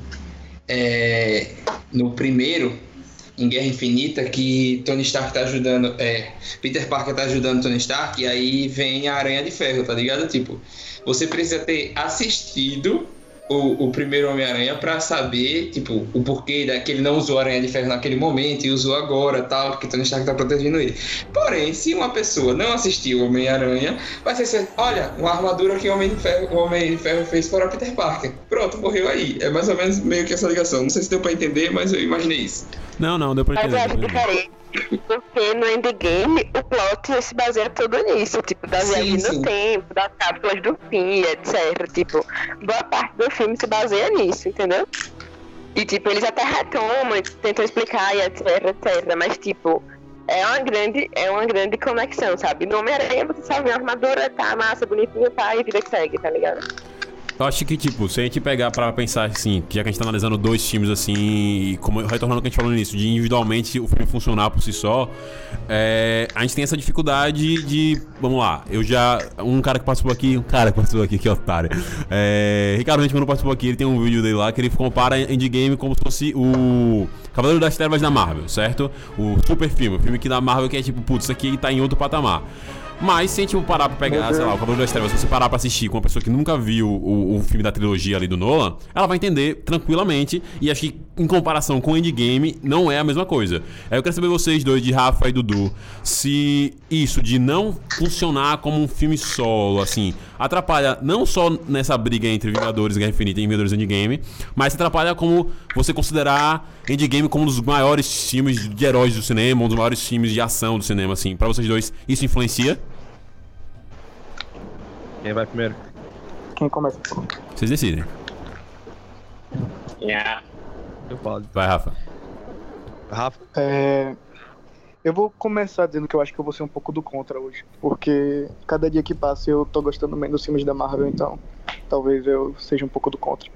é, no primeiro, em Guerra Infinita, que Tony Stark tá ajudando, é, Peter Parker tá ajudando Tony Stark, e aí vem a Aranha de Ferro, tá ligado? Tipo, você precisa ter assistido o, o primeiro Homem-Aranha pra saber, tipo, o porquê da, que ele não usou a Aranha de Ferro naquele momento e usou agora, tal, porque Tony Stark tá protegendo ele. Porém, se uma pessoa não assistiu o Homem-Aranha, vai ser assim, olha, uma armadura que o Homem de Ferro, o Homem de Ferro fez para o Peter Parker. Pronto, morreu aí. É mais ou menos meio que essa ligação. Não sei se deu pra entender, mas eu imaginei isso. Não, não, deu pra Mas eu entender. acho deu pra entender. diferente, porque no Endgame o plot se baseia tudo nisso, tipo, da Sim, viagem sim. no tempo, das cápsulas do fim, etcétera. Tipo, boa parte do filme se baseia nisso, entendeu? E tipo, eles até retomam, tentam explicar e etc, etcétera. Mas tipo, é uma grande, é uma grande conexão, sabe? No Homem-Aranha você só vê a armadura, tá massa, bonitinho, tá, e vida que segue, tá ligado? Eu acho que, tipo, se a gente pegar pra pensar assim, que já que a gente tá analisando dois filmes assim, e como, retornando ao que a gente falou no início, de individualmente o filme funcionar por si só, é, a gente tem essa dificuldade de, vamos lá, eu já, um cara que participou aqui, um cara que participou aqui, que otário, é, Ricardo Rente, quando participou aqui, ele tem um vídeo dele lá que ele compara Endgame como se fosse o Cavaleiro das Trevas da Marvel, certo? O super filme, o filme que da Marvel que é tipo, putz, isso aqui tá em outro patamar. Mas se a gente parar pra pegar, sei lá, o Cavaleiro das Trevas, se você parar pra assistir com uma pessoa que nunca viu o, o filme da trilogia ali do Nolan, ela vai entender tranquilamente. E acho que em comparação com o Endgame, não é a mesma coisa. Aí eu quero saber vocês dois, de Rafa e Dudu, se isso de não funcionar como um filme solo, assim, atrapalha não só nessa briga entre Vingadores Guerra Infinita e Vingadores Endgame, mas atrapalha como você considerar Endgame como um dos maiores filmes de heróis do cinema, um dos maiores filmes de ação do cinema, assim. Pra vocês dois, isso influencia? Quem vai primeiro? Quem começa? Vocês decidem. Yeah. Eu falo. Vai, Rafa. Rafa, É, eu vou começar dizendo que eu acho que eu vou ser um pouco do contra hoje. Porque cada dia que passa eu tô gostando menos dos filmes da Marvel, então talvez eu seja um pouco do contra.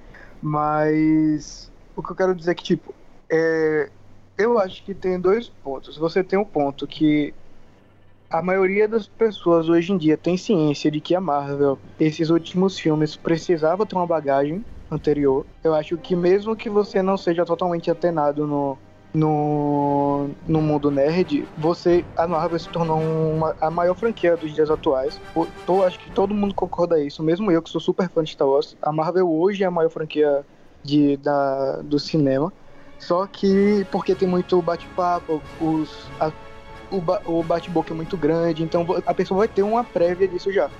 Mas o que eu quero dizer é que, tipo, é, eu acho que tem dois pontos. Você tem um ponto que a maioria das pessoas hoje em dia tem ciência de que a Marvel, esses últimos filmes, precisava ter uma bagagem anterior. Eu acho que mesmo que você não seja totalmente antenado no, no, no mundo nerd, você, a Marvel se tornou uma, a maior franquia dos dias atuais. Eu, tô, acho que todo mundo concorda isso, mesmo eu que sou super fã de Star Wars. A Marvel hoje é a maior franquia de, da, do cinema. Só que porque tem muito bate-papo, os... A, O, ba- o bate-boca é muito grande, então a pessoa vai ter uma prévia disso já.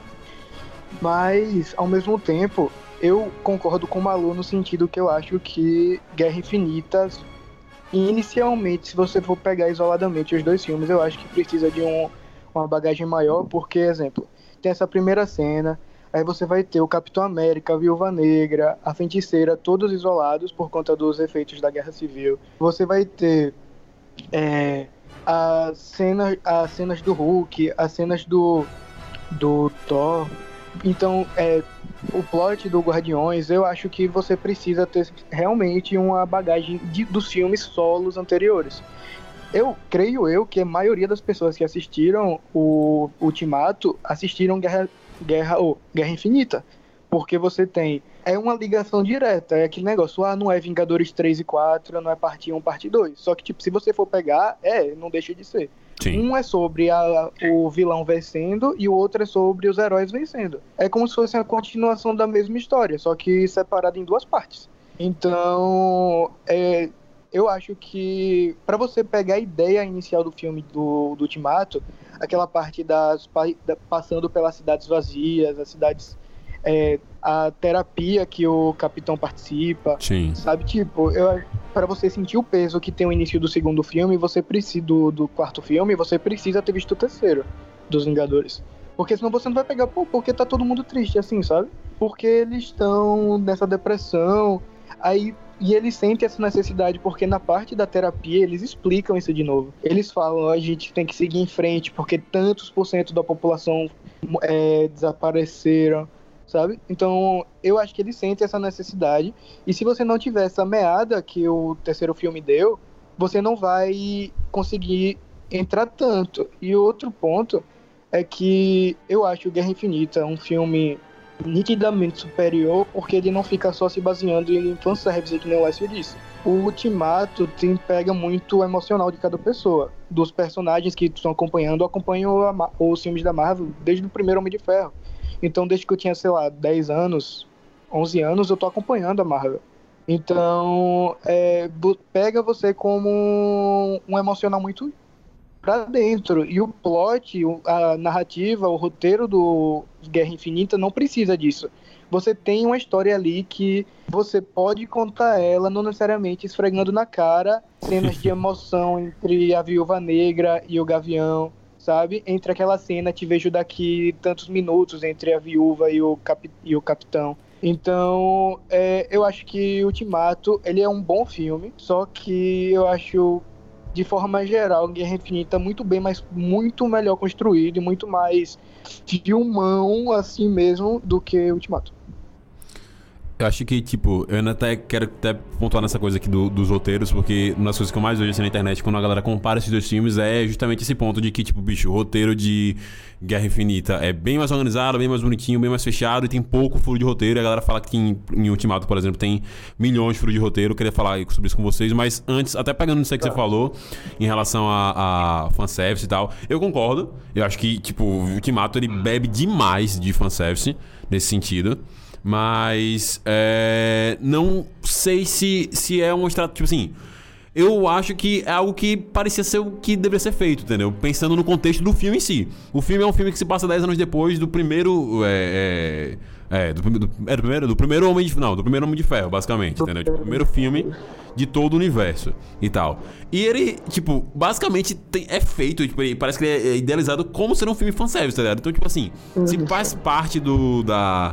Mas, ao mesmo tempo, eu concordo com o Malu no sentido que eu acho que Guerra Infinita, inicialmente, se você for pegar isoladamente os dois filmes, eu acho que precisa de um, uma bagagem maior, porque, exemplo, tem essa primeira cena, aí você vai ter o Capitão América, a Viúva Negra, a Feiticeira, todos isolados por conta dos efeitos da Guerra Civil. Você vai ter... É, As cenas, as cenas do Hulk, as cenas do, do Thor. Então, é, o plot do Guardiões, eu acho que você precisa ter realmente uma bagagem de, dos filmes solos anteriores. Eu creio eu que a maioria das pessoas que assistiram o Ultimato assistiram Guerra, Guerra, oh, Guerra Infinita. Porque você tem... É uma ligação direta, é aquele negócio, ah, não é Vingadores três e quatro, não é parte um, parte dois. Só que, tipo, se você for pegar, é, não deixa de ser. Sim. Um é sobre a, o vilão vencendo e o outro é sobre os heróis vencendo. É como se fosse a continuação da mesma história, só que separada em duas partes. Então, é, eu acho que para você pegar a ideia inicial do filme do, do Ultimato, aquela parte das da, passando pelas cidades vazias, as cidades... É, a terapia que o Capitão participa, Sim. sabe, tipo, eu, pra você sentir o peso que tem o início do segundo filme, você precisa, do, do quarto filme, você precisa ter visto o terceiro dos Vingadores, porque senão você não vai pegar, pô, porque tá todo mundo triste assim, sabe, porque eles estão nessa depressão, aí, e eles sentem essa necessidade, porque na parte da terapia eles explicam isso de novo, eles falam, a gente tem que seguir em frente, porque tantos por cento da população é, desapareceram, sabe? Então, eu acho que ele sente essa necessidade. E se você não tiver essa meada que o terceiro filme deu, você não vai conseguir entrar tanto. E outro ponto é que eu acho Guerra Infinita um filme nitidamente superior, porque ele não fica só se baseando em fanservice, que nem o Lécio disse. O Ultimato tem, pega muito o emocional de cada pessoa. Dos personagens que estão acompanhando, acompanham a, os filmes da Marvel desde o primeiro Homem de Ferro. Então, desde que eu tinha, sei lá, dez anos, onze anos, eu tô acompanhando a Marvel. Então, é, pega você como um, um emocional muito pra dentro. E o plot, a narrativa, o roteiro do Guerra Infinita não precisa disso. Você tem uma história ali que você pode contar ela, não necessariamente esfregando na cara cenas de emoção entre a Viúva Negra e o Gavião, sabe? Entre aquela cena, te vejo daqui tantos minutos entre a viúva e o, cap- e o capitão. Então, é, eu acho que Ultimato, ele é um bom filme, só que eu acho, de forma geral, Guerra Infinita muito bem, mas muito melhor construído e muito mais filmão, assim mesmo, do que Ultimato. Eu acho que, tipo, eu ainda até quero até pontuar nessa coisa aqui do, dos roteiros, porque uma das coisas que eu mais vejo assim na internet, quando a galera compara esses dois filmes, é justamente esse ponto de que, tipo, bicho, o roteiro de Guerra Infinita é bem mais organizado, bem mais bonitinho, bem mais fechado e tem pouco furo de roteiro. E a galera fala que em, em Ultimato, por exemplo, tem milhões de furos de roteiro. Eu queria falar sobre isso com vocês, mas antes, até pegando nisso aí que você falou, em relação a, a fanservice e tal, eu concordo. Eu acho que, tipo, o Ultimato, ele bebe demais de fanservice nesse sentido. Mas é, não sei se, se é uma estratégia, tipo assim, eu acho que é algo que parecia ser o que deveria ser feito, entendeu? Pensando no contexto do filme em si. O filme é um filme que se passa dez anos depois do primeiro é, é, é, do, do, é do primeiro do primeiro Homem de Não, do primeiro Homem de Ferro, basicamente, entendeu? Tipo, o primeiro filme de todo o universo e tal. E ele, tipo, basicamente tem, é feito, tipo, ele, parece que ele é idealizado como ser um filme fanservice, tá ligado? Então, tipo assim, se faz parte do da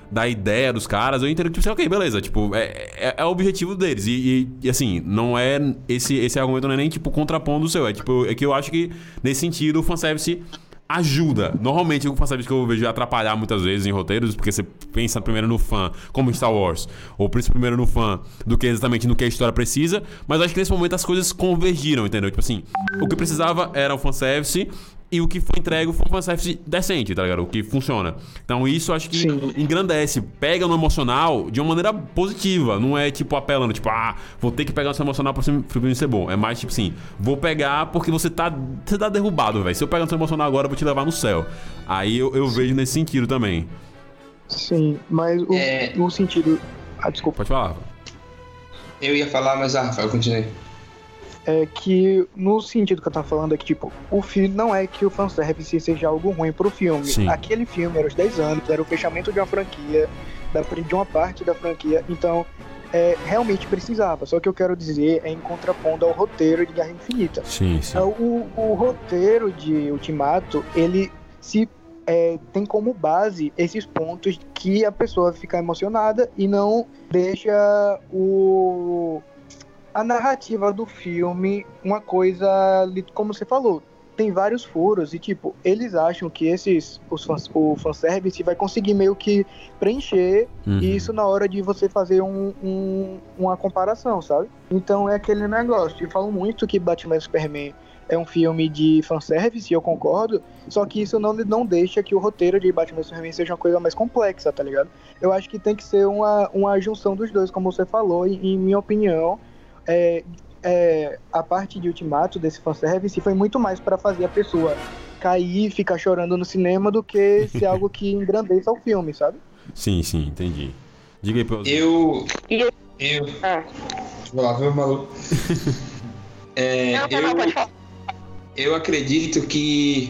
da ideia dos caras, eu entendo que, tipo, ok, beleza, tipo, é, é, é o objetivo deles. E, e, e, assim, não é. Esse, esse argumento não é nem, tipo, contrapondo o seu. É, tipo, é que eu acho que, nesse sentido, o fanservice ajuda. Normalmente o fanservice que eu vejo atrapalhar muitas vezes em roteiros, porque você pensa primeiro no fã, como Star Wars, ou pensa primeiro no fã do que exatamente no que a história precisa, mas eu acho que nesse momento as coisas convergiram, entendeu? Tipo assim, o que precisava era o fanservice e o que foi entregue foi um fanservice decente, tá ligado? O que funciona. Então isso eu acho que Sim. engrandece, pega no emocional de uma maneira positiva, não é tipo apelando, tipo, ah, vou ter que pegar o seu emocional pra o filme ser bom. É mais tipo assim, vou pegar porque você tá, você tá derrubado, velho. Se eu pegar no seu emocional agora, eu vou te levar no céu. Aí eu, eu vejo nesse sentido também. Sim, mas o, é... o sentido... Ah, desculpa. Pode falar. Eu ia falar, mas ah, Rafael, continue. É que, no sentido que eu tava falando, é que, tipo, o filme não é que o fanservice seja algo ruim pro filme. Sim. Aquele filme era os dez anos, era o fechamento de uma franquia, de uma parte da franquia, então, é, realmente precisava. Só que eu quero dizer é em contrapondo ao roteiro de Guerra Infinita. Sim, sim. O, o roteiro de Ultimato, ele se é, tem como base esses pontos que a pessoa fica emocionada e não deixa o... a narrativa do filme, uma coisa, como você falou, tem vários furos e, tipo, eles acham que esses, os fans, o fanservice vai conseguir meio que preencher uhum. isso na hora de você fazer um, um, uma comparação, sabe? Então é aquele negócio, eu falo muito que Batman vs Superman é um filme de fanservice, eu concordo, só que isso não, não deixa que o roteiro de Batman vs Superman seja uma coisa mais complexa, tá ligado? Eu acho que tem que ser uma, uma junção dos dois, como você falou, e, em minha opinião, É, é, a parte de Ultimato desse fanservice foi muito mais para fazer a pessoa cair e ficar chorando no cinema do que ser algo que engrandeça o filme, sabe? Sim, sim, entendi. Diga aí pra você. Eu... Eu... Ah. Vou lá, viu, maluco? é, eu... eu acredito que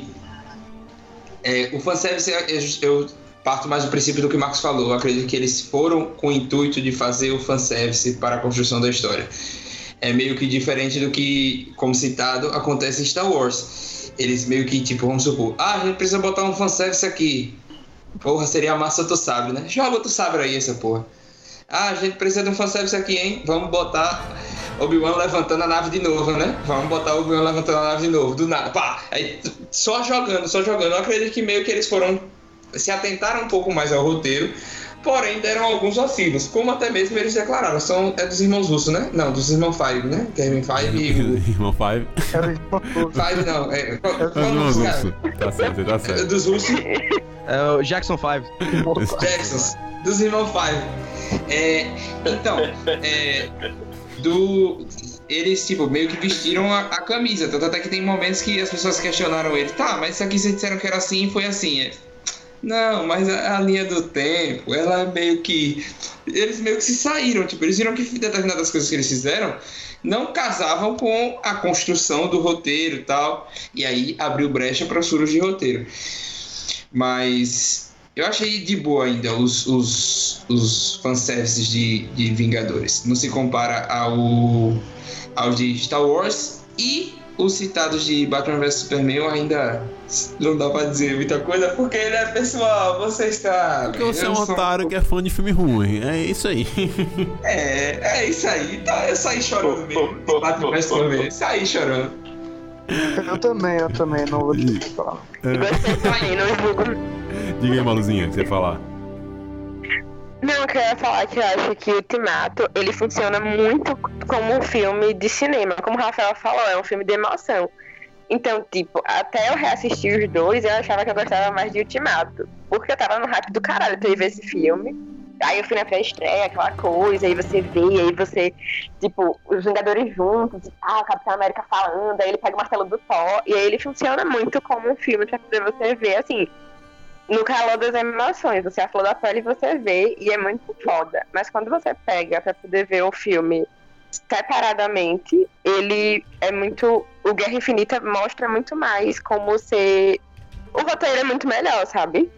é, o fanservice, eu, eu parto mais do princípio do que o Marcos falou. Eu acredito que eles foram com o intuito de fazer o fanservice para a construção da história. É meio que diferente do que, como citado, acontece em Star Wars. Eles meio que, tipo, vamos supor, ah, a gente precisa botar um fanservice aqui. Porra, seria massa outro sabre, né? Joga outro sabre aí, essa porra. Ah, a gente precisa de um fanservice aqui, hein? Vamos botar Obi-Wan levantando a nave de novo, né? Vamos botar Obi-Wan levantando a nave de novo, do nada. Pá! Aí, só jogando, só jogando. Eu acredito que meio que eles foram... se atentaram um pouco mais ao roteiro, porém deram alguns vacilos, como até mesmo eles declararam. São, é dos irmãos russos, né? Não, dos irmãos Five, né? Kevin Five e o... Irmão Five? Five não, é... é os irmãos russos. Tá certo, tá certo. É dos russos. É o Jackson Five. Jacksons, dos irmãos Five. É, então, é... Do... Eles, tipo, meio que vestiram a, a camisa. Tanto até que tem momentos que as pessoas questionaram ele. Tá, mas isso aqui vocês disseram que era assim e foi assim, é... Não, mas a, a linha do tempo, ela meio que... Eles meio que se saíram, tipo, eles viram que determinadas coisas que eles fizeram não casavam com a construção do roteiro e tal, e aí abriu brecha para os furos de roteiro. Mas eu achei de boa ainda os, os, os fanservices de, de Vingadores. Não se compara ao, ao de Star Wars e... Os citados de Batman vs Superman eu ainda não dá pra dizer muita coisa, porque ele é pessoal, você está... Porque você é um otário um... que é fã de filme ruim, é isso aí. É, é isso aí, tá, eu saí chorando mesmo, Batman vs Superman, saí chorando. Eu também, eu também, não vou te falar. Diga aí, Maluzinha, o que você ia falar. Não, eu queria falar que eu acho que o Ultimato, ele funciona muito como um filme de cinema. Como o Rafael falou, é um filme de emoção. Então, tipo, até eu reassistir os dois, eu achava que eu gostava mais de Ultimato. Porque eu tava no hype do caralho pra ir ver esse filme. Aí eu fui na pré-estreia, aquela coisa, aí você vê, aí você, tipo, os Vingadores juntos e tal, o Capitão América falando, aí ele pega o martelo do Thor, e aí ele funciona muito como um filme pra poder você ver, assim... No calor das emoções, você a flor da pele você vê e é muito foda. Mas quando você pega pra poder ver o filme separadamente, ele é muito... O Guerra Infinita mostra muito mais como ser... O roteiro é muito melhor, sabe?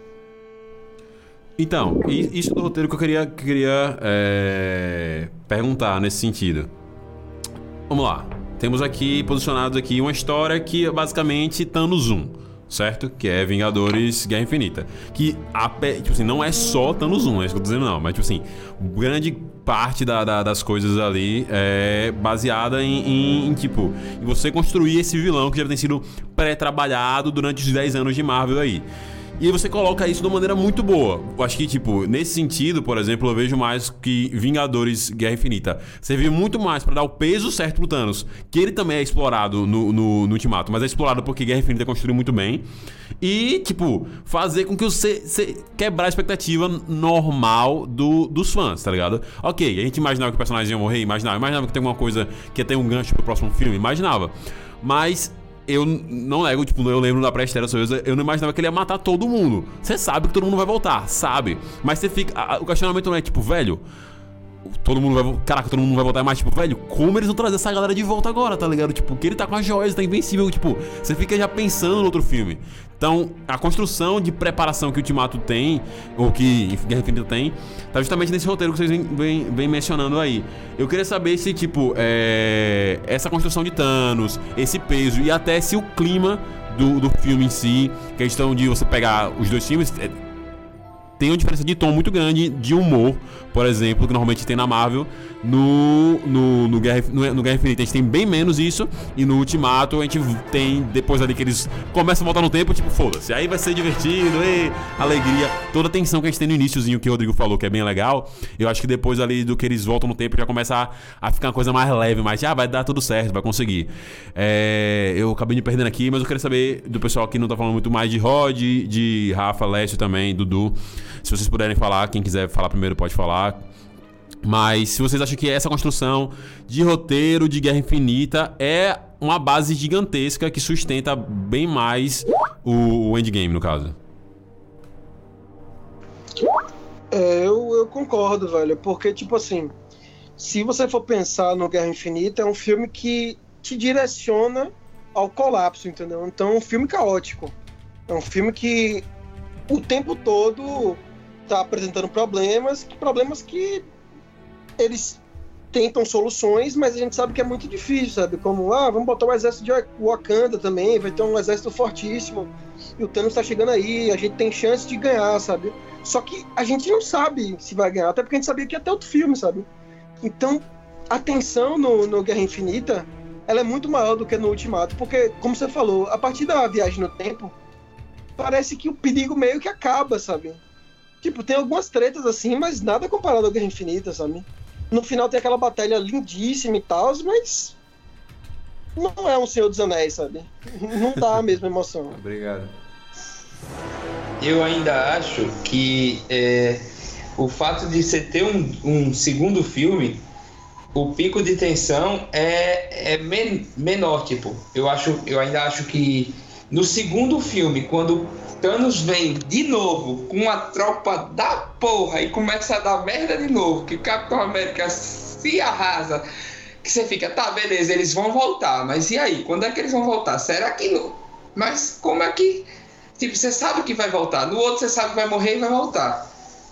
Então, isso do roteiro que eu queria, queria é, perguntar nesse sentido. Vamos lá. Temos aqui, posicionados aqui, uma história que é basicamente Thanos um. certo? Que é Vingadores Guerra Infinita. Que, a, tipo assim, não é só Thanos um, é isso que eu tô dizendo não, mas tipo assim, grande parte da, da, das coisas ali é baseada em, em, em, tipo, em você construir esse vilão que já tem sido pré-trabalhado durante os dez anos de Marvel aí. E aí você coloca isso de uma maneira muito boa. Eu acho que, tipo, nesse sentido, por exemplo, eu vejo mais que Vingadores Guerra Infinita serviu muito mais pra dar o peso certo pro Thanos, que ele também é explorado no, no, no Ultimato, mas é explorado porque Guerra Infinita construiu muito bem. E, tipo, fazer com que você, você quebrar a expectativa normal do, dos fãs, tá ligado? Ok, a gente imaginava que o personagem ia morrer, imaginava, imaginava que tem alguma coisa que ia ter um gancho pro próximo filme, imaginava. Mas eu não nego, tipo, eu lembro da pré-estreia, eu não imaginava que ele ia matar todo mundo. Você sabe que todo mundo vai voltar, sabe? Mas você fica, a, o questionamento não é tipo, velho, todo mundo vai, caraca, todo mundo vai voltar, mais tipo, velho, como eles vão trazer essa galera de volta agora, tá ligado? Tipo, que ele tá com as joias, tá invencível, tipo, você fica já pensando no outro filme. Então, a construção de preparação que o Ultimato tem, ou que Guerra Infinita tem, tá justamente nesse roteiro que vocês vêm, vêm, vêm mencionando aí. Eu queria saber se, tipo, é... essa construção de Thanos, esse peso, e até se o clima do, do filme em si, questão de você pegar os dois filmes, é... tem uma diferença de tom muito grande de humor, por exemplo, que normalmente tem na Marvel. No, no, no, Guerra, no, no Guerra Infinita a gente tem bem menos isso, e no Ultimato a gente tem, depois ali que eles começam a voltar no tempo, tipo, foda-se, aí vai ser divertido, e alegria, toda a tensão que a gente tem no iniciozinho que o Rodrigo falou, que é bem legal. Eu acho que depois ali do que eles voltam no tempo já começa a, a ficar uma coisa mais leve, mais, ah, vai dar tudo certo, vai conseguir. É, eu acabei me perdendo aqui, mas eu queria saber do pessoal que não tá falando muito mais de Rod, de Rafa, Lécio também, Dudu, se vocês puderem falar, quem quiser falar primeiro pode falar. Mas se vocês acham que essa construção de roteiro de Guerra Infinita é uma base gigantesca que sustenta bem mais o, o Endgame, no caso. É, eu, eu concordo, velho. Porque, tipo assim, se você for pensar no Guerra Infinita, é um filme que te direciona ao colapso, entendeu? Então é um filme caótico. É um filme que o tempo todo tá apresentando problemas, problemas que eles tentam soluções, mas a gente sabe que é muito difícil, sabe? Como, ah, vamos botar o exército de Wakanda também, vai ter um exército fortíssimo, e o Thanos tá chegando aí, a gente tem chance de ganhar, sabe? Só que a gente não sabe se vai ganhar, até porque a gente sabia que ia ter outro filme, sabe? Então, a tensão no, no Guerra Infinita, ela é muito maior do que no Ultimato, porque, como você falou, a partir da viagem no tempo, parece que o perigo meio que acaba, sabe? Tipo, tem algumas tretas assim, mas nada comparado ao Guerra Infinita, sabe? No final tem aquela batalha lindíssima e tal, mas não é um Senhor dos Anéis, sabe? Não dá a mesma emoção. Obrigado. Eu ainda acho que é, o fato de você ter um, um segundo filme, o pico de tensão é, é men- menor, tipo. Eu, acho, eu ainda acho que no segundo filme, quando Thanos vem de novo com uma tropa da porra e começa a dar merda de novo, que o Capitão América se arrasa, que você fica, tá, beleza, eles vão voltar, mas e aí? Quando é que eles vão voltar? Será que não? Mas como é que... Tipo, você sabe que vai voltar, no outro você sabe que vai morrer e vai voltar.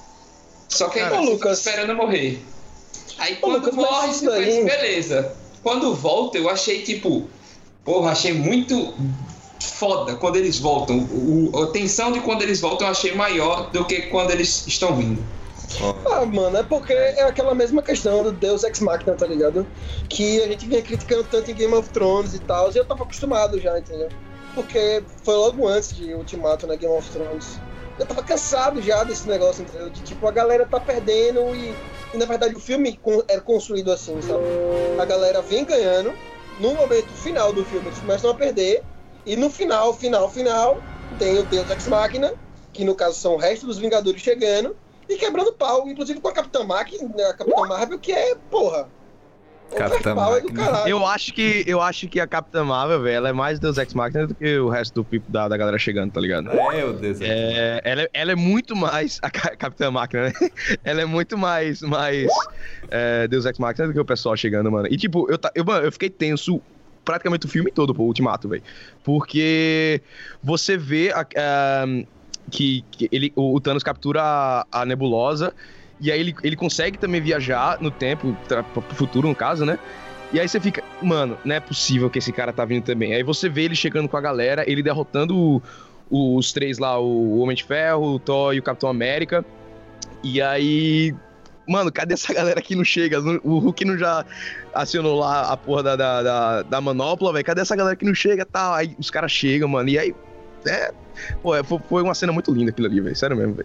Só que aí Cara, você Lucas, fica esperando morrer. Aí Ô, quando Lucas, morre, mas você isso aí- pensa, beleza. Quando volta, eu achei, tipo... Porra, achei muito... foda quando eles voltam. O, a tensão de quando eles voltam eu achei maior do que quando eles estão vindo. Ah, mano, é porque é aquela mesma questão do Deus Ex Machina, tá ligado? Que a gente vinha criticando tanto em Game of Thrones e tal, e eu tava acostumado já, entendeu? Porque foi logo antes de Ultimato, né, Game of Thrones. Eu tava cansado já desse negócio, entendeu? De tipo, a galera tá perdendo e, e na verdade o filme é construído assim, sabe? A galera vem ganhando, no momento final do filme eles começam a perder, e no final, final, final, tem o Deus Ex Machina, que no caso são o resto dos Vingadores chegando, e quebrando pau, inclusive com a Capitã Máquina, a Capitã Marvel, que é, porra, Capitã overpower do Máquina. caralho. Eu acho que, eu acho que a Capitã Marvel, velho, ela é mais Deus Ex Machina do que o resto do people da, da galera chegando, tá ligado? Meu Deus. É, ela, é- ela é muito mais a Ca- Capitã Máquina, né? Ela é muito mais, mais é, Deus Ex Machina do que o pessoal chegando, mano. E tipo, eu, ta- eu, mano, eu fiquei tenso praticamente o filme todo, pô, o Ultimato, velho. Porque você vê a- a- que, que ele, o, o Thanos captura a, a Nebulosa, e aí ele, ele consegue também viajar no tempo, tra- pro futuro, no caso, né? E aí você fica, mano, não é possível que esse cara tá vindo também. Aí você vê ele chegando com a galera, ele derrotando o, os três lá, o Homem de Ferro, o Thor e o Capitão América. E aí... Mano, cadê essa galera que não chega? O Hulk não já acionou lá a porra da, da, da, da manopla, velho? Cadê essa galera que não chega e tal? Aí os caras chegam, mano, e aí... É... Pô, foi uma cena muito linda aquilo ali, velho. Sério mesmo, velho.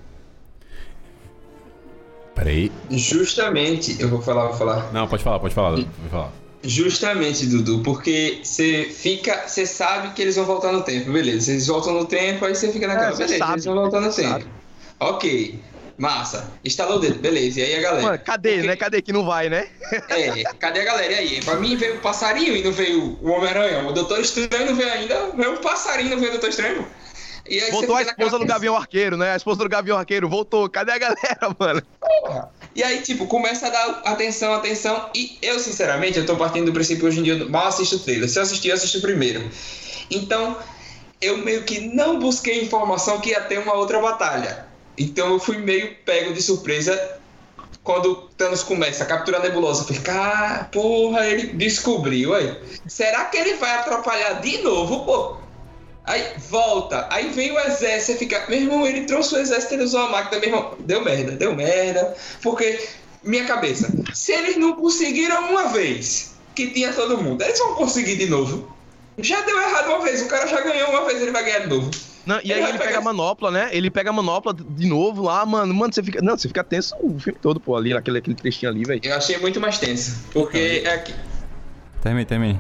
Peraí. Justamente, eu vou falar, vou falar. Não, pode falar, pode falar, pode falar. Justamente, Dudu, porque você fica, você sabe que eles vão voltar no tempo, beleza? Eles voltam no tempo, aí você fica naquela, É, beleza, sabe, eles vão voltar no tempo. sabe. Ok, massa, instalou o dedo, beleza, e aí a galera? Mano, cadê, Porque- né? Cadê que não vai, né? É, cadê a galera? E aí? Pra mim veio o passarinho e não veio o Homem-Aranha, o Doutor Estranho não veio ainda, veio um passarinho e não veio o Doutor Estranho. E aí Voltou você a fica esposa naquela- do Gavião Arqueiro, né? A esposa do Gavião Arqueiro voltou. Cadê a galera, mano? Porra. E aí, tipo, começa a dar atenção, atenção. E eu, sinceramente, eu tô partindo do princípio que hoje em dia eu mal assisto o trailer. Se eu assistir, eu assisto primeiro. Então, eu meio que não busquei informação que ia ter uma outra batalha. Então eu fui meio pego de surpresa quando Thanos começa a capturar a nebulosa. Eu falei, cara, porra, ele descobriu, aí. Será que ele vai atrapalhar de novo, pô? Aí volta, aí vem o exército, você fica, meu irmão, ele trouxe o exército, ele usou a máquina, meu irmão, deu merda, deu merda, porque, minha cabeça, se eles não conseguiram uma vez, que tinha todo mundo, eles vão conseguir de novo. Já deu errado uma vez, o cara já ganhou uma vez, ele vai ganhar de novo. Não, e Ele aí vai ele pegar- pega a manopla, né? Ele pega a manopla de novo lá, mano. Mano, você fica. Não, você fica tenso o filme todo, pô, ali, naquele aquele trechinho ali, velho. Eu achei muito mais tenso, porque é aqui. Termine, termine.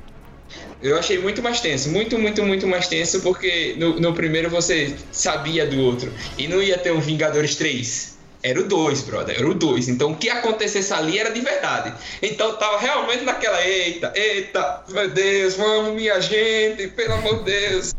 Eu achei muito mais tenso, muito, muito, muito mais tenso, porque no, no primeiro você sabia do outro. E não ia ter um Vingadores três. Era o dois, brother, era o dois. Então o que acontecesse ali era de verdade. Então tava realmente naquela, eita, eita, meu Deus, vamos, minha gente, pelo amor de Deus.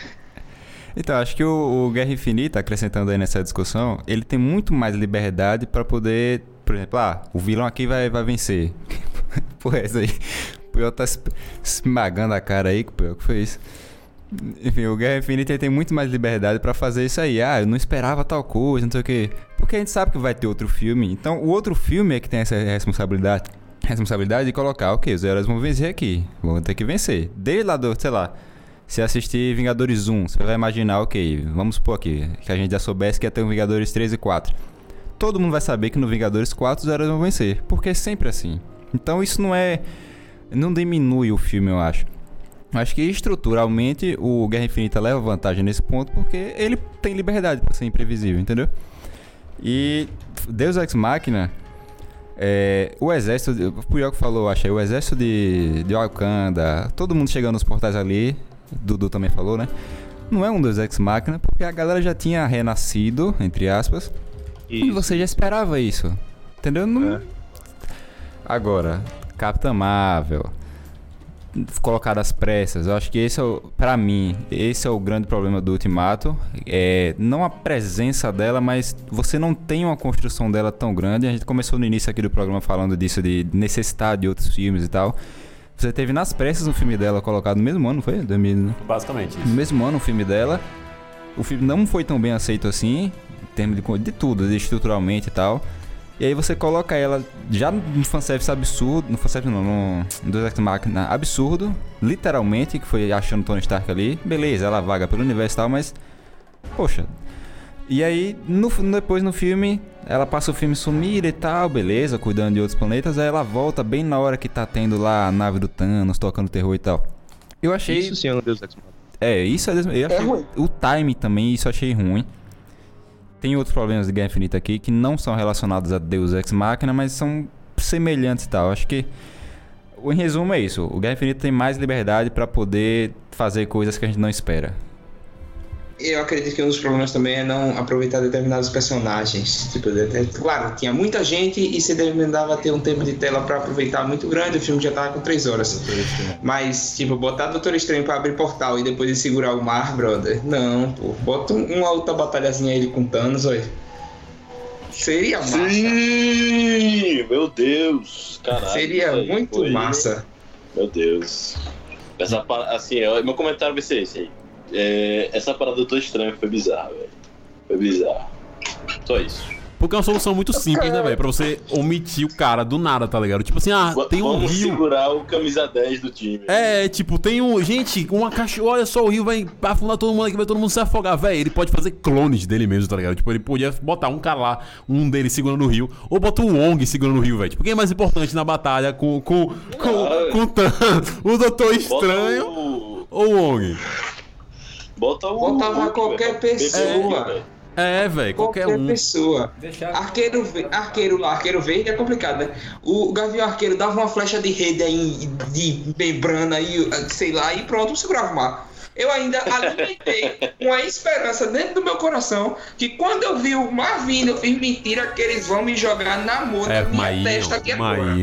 Então, acho que o, o Guerra Infinita, acrescentando aí nessa discussão, ele tem muito mais liberdade pra poder, por exemplo, ah, o vilão aqui vai, vai vencer. Porra, é isso aí. O Puyol tá se esmagando a cara aí, Puyol, o que foi isso? Enfim, o Guerra Infinita ele tem muito mais liberdade pra fazer isso aí. Ah, eu não esperava tal coisa, não sei o quê. Porque a gente sabe que vai ter outro filme. Então, o outro filme é que tem essa responsabilidade, responsabilidade de colocar, ok, os heróis vão vencer aqui, vão ter que vencer. Desde lá do, sei lá, se assistir Vingadores um, você vai imaginar, ok, vamos supor aqui, que a gente já soubesse que ia ter um Vingadores três e quatro. Todo mundo vai saber que no Vingadores quatro os heróis vão vencer, porque é sempre assim. Então isso não é... não diminui o filme, eu acho. Eu acho que estruturalmente o Guerra Infinita leva vantagem nesse ponto, porque ele tem liberdade pra ser imprevisível, entendeu? E Deus Ex Machina... É, o exército, o Puyol que falou, achei, o exército de, de Wakanda, todo mundo chegando nos portais ali, Dudu também falou, né? Não é um Deus Ex Machina, porque a galera já tinha renascido, entre aspas, e você já esperava isso, entendeu? Não... É. Agora, Capitã Marvel, colocado às pressas, eu acho que esse é o, pra mim, esse é o grande problema do Ultimato, é não a presença dela, mas você não tem uma construção dela tão grande. A gente começou no início aqui do programa falando disso, de necessidade de outros filmes e tal. Você teve nas pressas um filme dela colocado no mesmo ano, não foi? dois mil, Basicamente no isso. mesmo ano um filme dela. O filme não foi tão bem aceito assim, em termos de, de tudo, de estruturalmente e tal. E aí você coloca ela já no fanservice absurdo, no fanservice não, no, no Deus Ex Machina absurdo, literalmente, que foi achando Tony Stark ali. Beleza, ela vaga pelo universo e tal, mas... Poxa. E aí, no, depois no filme, ela passa o filme sumida e tal, beleza, cuidando de outros planetas. Aí ela volta bem na hora que tá tendo lá a nave do Thanos, tocando terror e tal. Eu achei... Isso sim é um Deus Ex Machina. É, isso é... Eu achei, ruim. o time também, isso eu achei ruim. Tem outros problemas de Guerra Infinita aqui que não são relacionados a Deus Ex Machina, mas são semelhantes e tal. Acho que, em resumo, é isso. O Guerra Infinita tem mais liberdade pra poder fazer coisas que a gente não espera. Eu acredito que um dos problemas também é não aproveitar determinados personagens. Tipo, até- claro, tinha muita gente e se demandava ter um tempo de tela pra aproveitar muito grande, o filme já tava com três horas. Mas, tipo, botar Doutor Estranho pra abrir portal e depois de segurar o mar, brother, não, pô. Bota um- uma outra batalhazinha aí com Thanos, olha. Seria massa. Sim! Meu Deus! Caralho. Seria isso aí muito foi- massa. Meu Deus. Essa par- assim, ó, meu comentário vai ser esse aí. É, essa parada do Doutor Estranho foi bizarra, velho. Foi bizarro. Só isso. Porque é uma solução muito simples, né, velho? Pra você omitir o cara do nada, tá ligado? Tipo assim, ah, tem um Vamos rio. segurar o camisa dez do time. É, tipo, tem um. Gente, uma caixa. Olha só, o rio vai afundar todo mundo aqui, vai todo mundo se afogar, velho. Ele pode fazer clones dele mesmo, tá ligado? Tipo, ele podia botar um cara lá, um deles segurando o rio, ou botar o Wong segurando o rio, velho. Tipo, quem é mais importante na batalha com. com. com. Ah, com o Thanos? O Doutor Estranho o... ou o Wong? Bota o. Botava Hulk, qualquer velho. pessoa. Bebê, É, velho, qualquer, Qualquer um. pessoa. Deixar... Arqueiro, ve- arqueiro lá, arqueiro verde é complicado, né? O Gavião Arqueiro dava uma flecha de rede aí, de membrana aí, sei lá, e pronto, segurava o mar. Eu ainda alimentei uma esperança dentro do meu coração que quando eu vi o mar vindo, eu fiz mentira que eles vão me jogar na mão É, na minha Maí, testa aqui agora. Maí.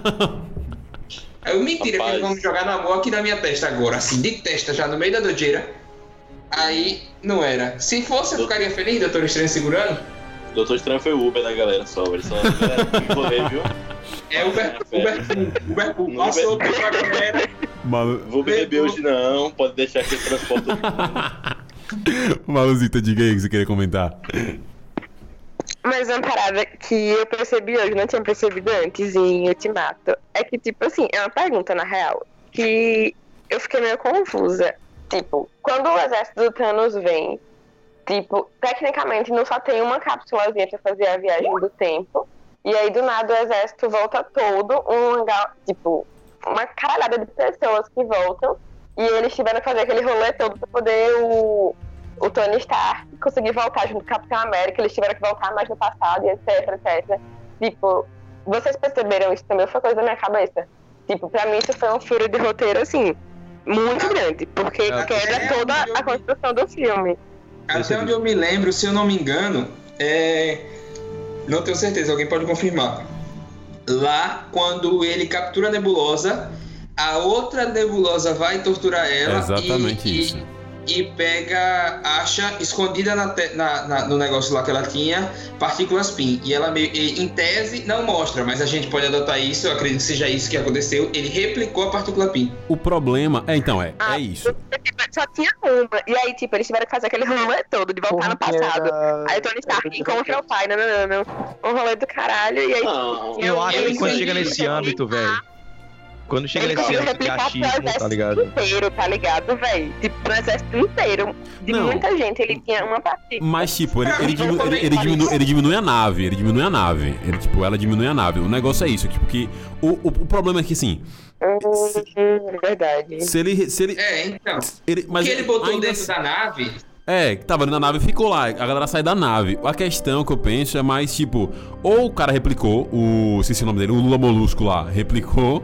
Aí eu mentira Rapaz. que eles vão me jogar na mão aqui na minha testa agora, assim, de testa já no meio da dojeira. Aí não era. Se fosse, eu ficaria feliz, Doutor Estranho segurando. Doutor Estranho foi o Uber da galera só, ele só correr, viu? É o Uber, Uber, Uber, Uber passou pela galera. Malu... Vou beber hoje não, pode deixar que eu transporto. Maluzita, diga aí o que você queria comentar. Mas uma parada que eu percebi hoje, não tinha percebido antes em Ultimato, é que, tipo assim, é uma pergunta, na real, que eu fiquei meio confusa. Tipo, quando o exército do Thanos vem, tipo, tecnicamente não só tem uma cápsulazinha pra fazer a viagem do tempo, e aí do nada o exército volta todo, um lugar, tipo, uma caralhada de pessoas que voltam, e eles tiveram que fazer aquele rolê todo pra poder o, o Tony Stark conseguir voltar junto com o Capitão América, eles tiveram que voltar mais no passado, e etc, etcétera. Tipo, vocês perceberam isso também? Foi coisa da minha cabeça. Tipo, pra mim isso foi um furo de roteiro, assim, muito grande, porque É, quebra é, toda eu- a construção do filme. Até onde eu me lembro, se eu não me engano, é... não tenho certeza, alguém pode confirmar. Lá, quando ele captura a nebulosa, a outra nebulosa vai torturar ela. É exatamente e, isso. E, e pega, acha escondida na te- na- na- no negócio lá que ela tinha, partículas P I M. E ela, meio, e, em tese, não mostra, mas a gente pode adotar isso, eu acredito que seja isso que aconteceu. Ele replicou a partícula P I M. O problema. É, então, é. Ah, É isso. Só tinha uma. E aí, tipo, eles tiveram que fazer aquele rolê todo de voltar no Porque passado. era- Aí o Tony Stark era encontra o pai, não, não, não, não. Um rolê do caralho. E aí, Não, Eu acho que Eles quando conseguiram chega nesse âmbito, velho. Quando chega Ele nesse conseguiu âmbito de replicar pro achismo, tá exército ligado? inteiro, tá ligado, velho? Tipo, pro exército inteiro. De Não. muita gente, ele tinha uma partícula. Mas, tipo, ele, ele, diminu- ele, ele diminu- ele diminui a nave. Ele diminui a nave. Ele, tipo, ela diminui a nave. O negócio é isso. Tipo, que. O, o, o problema é que, assim. Hum, verdade. Se ele. Se ele, É, então. ele O mas que ele botou ainda dentro assim- da nave. É, que tava dentro da nave e ficou lá. A galera sai da nave. A questão que eu penso é mais tipo: ou o cara replicou, o. Esqueci o nome dele, o Lula Molusco lá, replicou.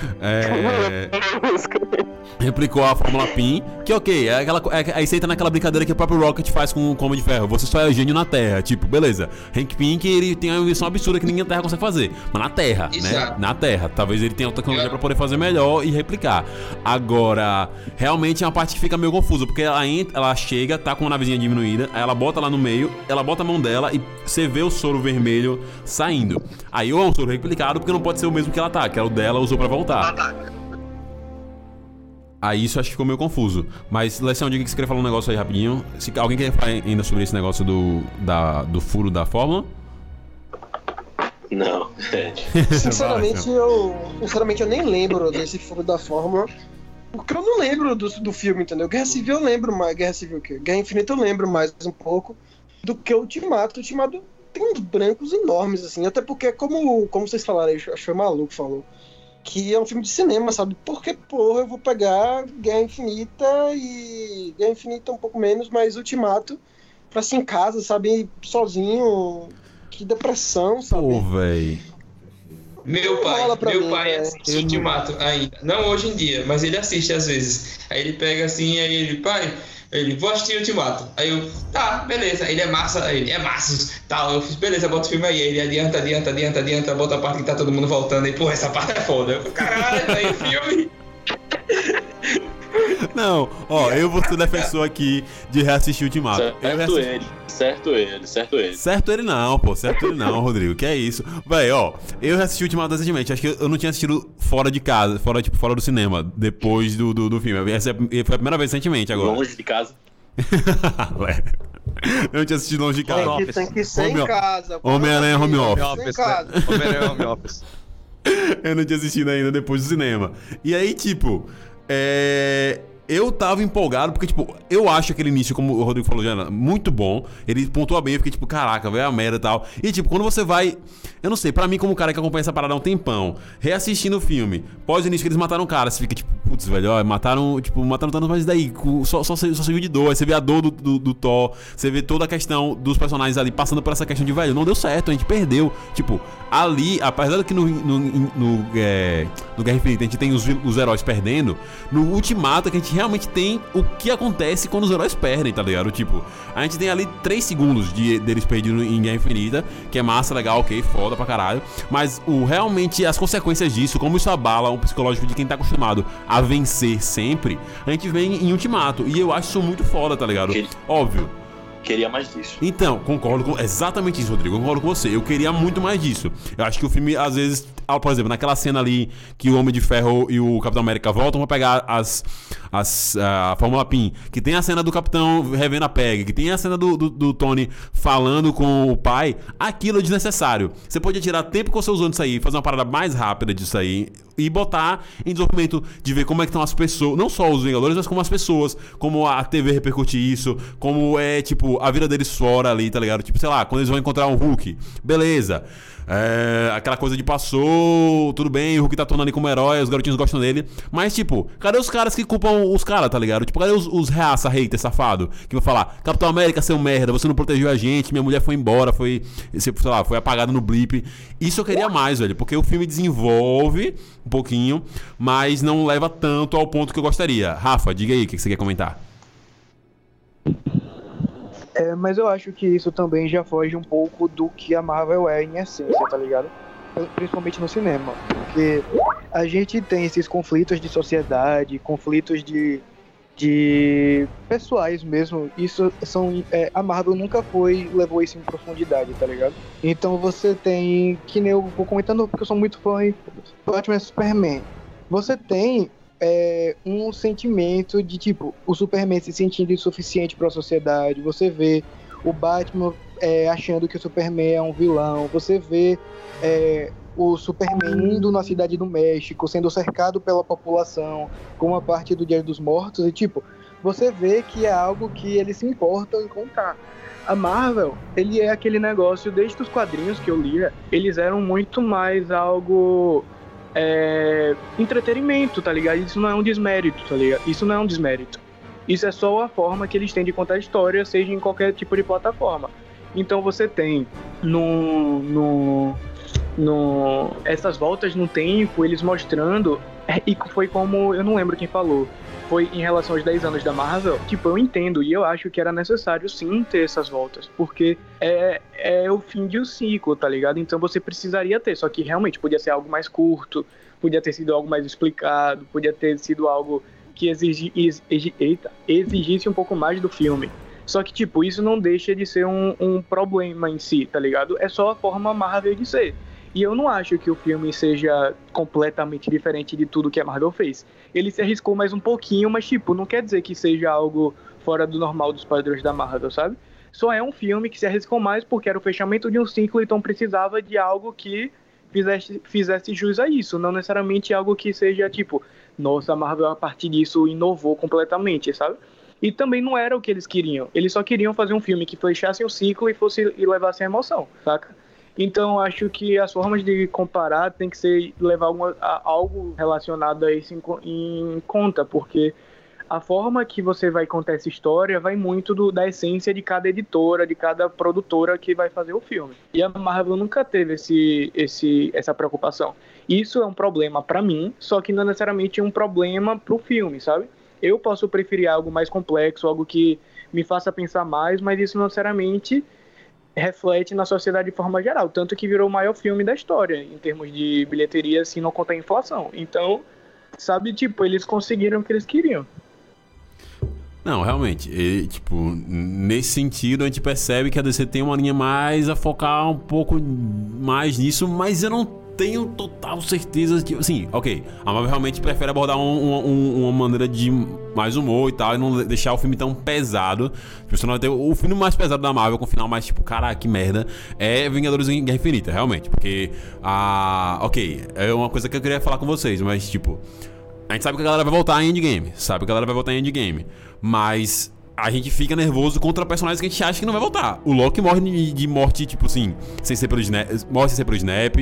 É. Replicou a Fórmula P I M, que ok, é aquela, é, aí você entra naquela brincadeira que o próprio Rocket faz com o Homem de Ferro. Você só é gênio na Terra, tipo, beleza. Hank Pym, ele tem uma missão absurda que ninguém na Terra consegue fazer. Mas na Terra, né? Exato. Na Terra. Talvez ele tenha tecnologia É. pra poder fazer melhor e replicar. Agora, realmente é uma parte que fica meio confusa, porque ela entra, ela chega, tá com uma navezinha diminuída, aí ela bota lá no meio, ela bota a mão dela e você vê o soro vermelho saindo. Aí ou é um soro replicado, porque não pode ser o mesmo que ela tá, que ela, o dela usou pra voltar. Aí isso acho que ficou meio confuso. Mas, Lecião, diga que você queria falar um negócio aí rapidinho. Se alguém quer falar ainda sobre esse negócio do, da, do furo da fórmula? não. É. Sinceramente, eu, sinceramente, eu nem lembro desse furo da fórmula. Porque eu não lembro do, do filme, entendeu? Guerra Civil eu lembro mais. Guerra Civil o quê? Guerra Infinita eu lembro mais um pouco do que o Ultimato. O Ultimato tem uns brancos enormes, assim. Até porque, como, como vocês falaram, acho que foi o Maluco que falou, que é um filme de cinema, sabe? Porque, porra, eu vou pegar Guerra Infinita e... Guerra Infinita um pouco menos, mas Ultimato pra assim em casa, sabe? Sozinho. Que depressão, sabe? Pô, véi. Meu pai, Rola pra meu mim, pai né? assiste Ultimato ainda. Não hoje em dia, mas ele assiste às vezes. Aí ele pega assim, aí ele, pai, ele, vou assistir Ultimato. Aí eu, tá, beleza. Ele é massa, aí ele é massa. Tal, eu fiz, beleza, bota o filme aí. Ele adianta, adianta, adianta, adianta, bota a parte que tá todo mundo voltando. Aí, porra, essa parte é foda. Eu, caralho, aí o filme. Não, ó, eu vou ser defensor aqui de reassistir Ultimato. Eu Certo reassisti- ele, certo ele, certo ele. Certo ele não, pô, certo ele não, Rodrigo, que é isso. Véi, ó, eu reassisti Ultimato recentemente, acho que eu não tinha assistido fora de casa, fora, tipo, fora do cinema, depois do, do, do filme. Essa foi a primeira vez recentemente agora. Longe de casa. Lé. Eu não tinha assistido Longe de Casa. Tem que, tem que ser Home em casa. pô. Homem-Aranha Home Home Office. Office, Em casa. né? Homem-Aranha Home Office. Eu não tinha assistido ainda depois do cinema. E aí, tipo, é... eu tava empolgado, porque, tipo, eu acho aquele início, como o Rodrigo falou já, muito bom. Ele pontua bem, eu fiquei, tipo, caraca, velho, a merda e tal. E, tipo, quando você vai... Eu não sei, pra mim, como cara que acompanha essa parada há um tempão, reassistindo o filme, pós o início que eles mataram o cara, você fica, tipo, putz, velho, ó, mataram, tipo, mataram tanto, mas daí, só, só, só serviu de dor. Aí você vê a dor do, do, do Thor, você vê toda a questão dos personagens ali passando por essa questão de, velho, não deu certo, a gente perdeu. Tipo, ali, apesar de que no, no, no, no, é, no Guerra Infinita a gente tem os, os heróis perdendo, no Ultimato que a gente realmente tem o que acontece quando os heróis perdem, tá ligado? Tipo, a gente tem ali três segundos de, deles perdidos em Guerra Infinita, que é massa, legal, ok, foda pra caralho. Mas o, realmente as consequências disso, como isso abala o psicológico de quem tá acostumado a vencer sempre, a gente vê em, em Ultimato. E eu acho isso muito foda, tá ligado? Que- Óbvio. Queria mais disso. Então, concordo com exatamente isso, Rodrigo. Eu concordo com você. Eu queria muito mais disso. Eu acho que o filme, às vezes, ah, por exemplo, naquela cena ali que o Homem de Ferro e o Capitão América voltam pra pegar as, as, a Fórmula Pin, que tem a cena do Capitão revendo a Peg, que tem a cena do, do, do Tony falando com o pai, aquilo é desnecessário. Você pode tirar tempo que você usou nisso aí, fazer uma parada mais rápida disso aí e botar em desenvolvimento de ver como é que estão as pessoas, não só os Vingadores, mas como as pessoas, como a T V repercute isso, como é, tipo, a vida deles fora ali, tá ligado? Tipo, sei lá, quando eles vão encontrar um Hulk, beleza. É, aquela coisa de passou, tudo bem, o Hulk tá tornando ali como herói, os garotinhos gostam dele, mas tipo, cadê os caras que culpam os caras, tá ligado? Tipo, cadê os, os reaça, hater, safado, que vão falar, Capitão América, seu merda, você não protegeu a gente, minha mulher foi embora, foi, sei lá, foi apagada no blip. Isso eu queria mais, velho, porque o filme desenvolve um pouquinho, mas não leva tanto ao ponto que eu gostaria. Rafa, diga aí o que você quer comentar. É, mas eu acho que isso também já foge um pouco do que a Marvel é em essência, tá ligado? Principalmente no cinema. Porque a gente tem esses conflitos de sociedade, conflitos de, de pessoais mesmo. Isso são. É, a Marvel nunca foi, levou isso em profundidade, tá ligado? Então você tem. Que nem eu vou comentando porque eu sou muito fã de Batman e Superman. Você tem. É, um sentimento de tipo o Superman se sentindo insuficiente para a sociedade, você vê o Batman é, achando que o Superman é um vilão, você vê é, o Superman indo na cidade do México sendo cercado pela população como uma parte do Dia dos Mortos e tipo, você vê que é algo que eles se importam em contar. A Marvel, ele é aquele negócio, desde os quadrinhos que eu lia, eles eram muito mais algo É, entretenimento, tá ligado? Isso não é um desmérito, tá ligado? Isso não é um desmérito. Isso é só a forma que eles têm de contar a história, seja em qualquer tipo de plataforma. Então você tem no, no, no essas voltas no tempo, eles mostrando, e foi como, eu não lembro quem falou, foi em relação aos dez anos da Marvel, tipo, eu entendo e eu acho que era necessário sim ter essas voltas, porque é, é o fim de um ciclo, tá ligado? Então você precisaria ter, só que realmente podia ser algo mais curto, podia ter sido algo mais explicado, podia ter sido algo que exigi, exigi, eita, exigisse um pouco mais do filme. Só que, tipo, isso não deixa de ser um, um problema em si, tá ligado? É só a forma Marvel de ser. E eu não acho que o filme seja completamente diferente de tudo que a Marvel fez. Ele se arriscou mais um pouquinho, mas, tipo, não quer dizer que seja algo fora do normal dos padrões da Marvel, sabe? Só é um filme que se arriscou mais porque era o fechamento de um ciclo, então precisava de algo que fizesse, fizesse jus a isso. Não necessariamente algo que seja, tipo, nossa, a Marvel a partir disso inovou completamente, sabe? E também não era o que eles queriam. Eles só queriam fazer um filme que fechasse o ciclo e, fosse, e levasse a emoção, saca? Então, acho que as formas de comparar tem que ser levar alguma, algo relacionado a isso em, em conta, porque a forma que você vai contar essa história vai muito do, da essência de cada editora, de cada produtora que vai fazer o filme. E a Marvel nunca teve esse, esse, essa preocupação. Isso é um problema pra mim, só que não necessariamente é um problema pro filme, sabe? Eu posso preferir algo mais complexo, algo que me faça pensar mais, mas isso não necessariamente reflete na sociedade de forma geral, tanto que virou o maior filme da história em termos de bilheteria, se não contar a inflação. Então, sabe, tipo, eles conseguiram o que eles queriam. Não, realmente, e, tipo, nesse sentido a gente percebe que a D C tem uma linha mais a focar um pouco mais nisso, mas eu não tenho total certeza que, assim, ok, a Marvel realmente prefere abordar um, um, uma maneira de mais humor e tal, e não deixar o filme tão pesado. O filme mais pesado da Marvel, com o final mais tipo, caraca, que merda, é Vingadores em Guerra Infinita, realmente. Porque, ah, ok, é uma coisa que eu queria falar com vocês, mas tipo, a gente sabe que a galera vai voltar em Endgame, sabe que a galera vai voltar em Endgame, mas a gente fica nervoso contra personagens que a gente acha que não vai voltar. O Loki morre de, de morte, tipo assim, sem ser pelo Snap, morre sem ser pelo Snap.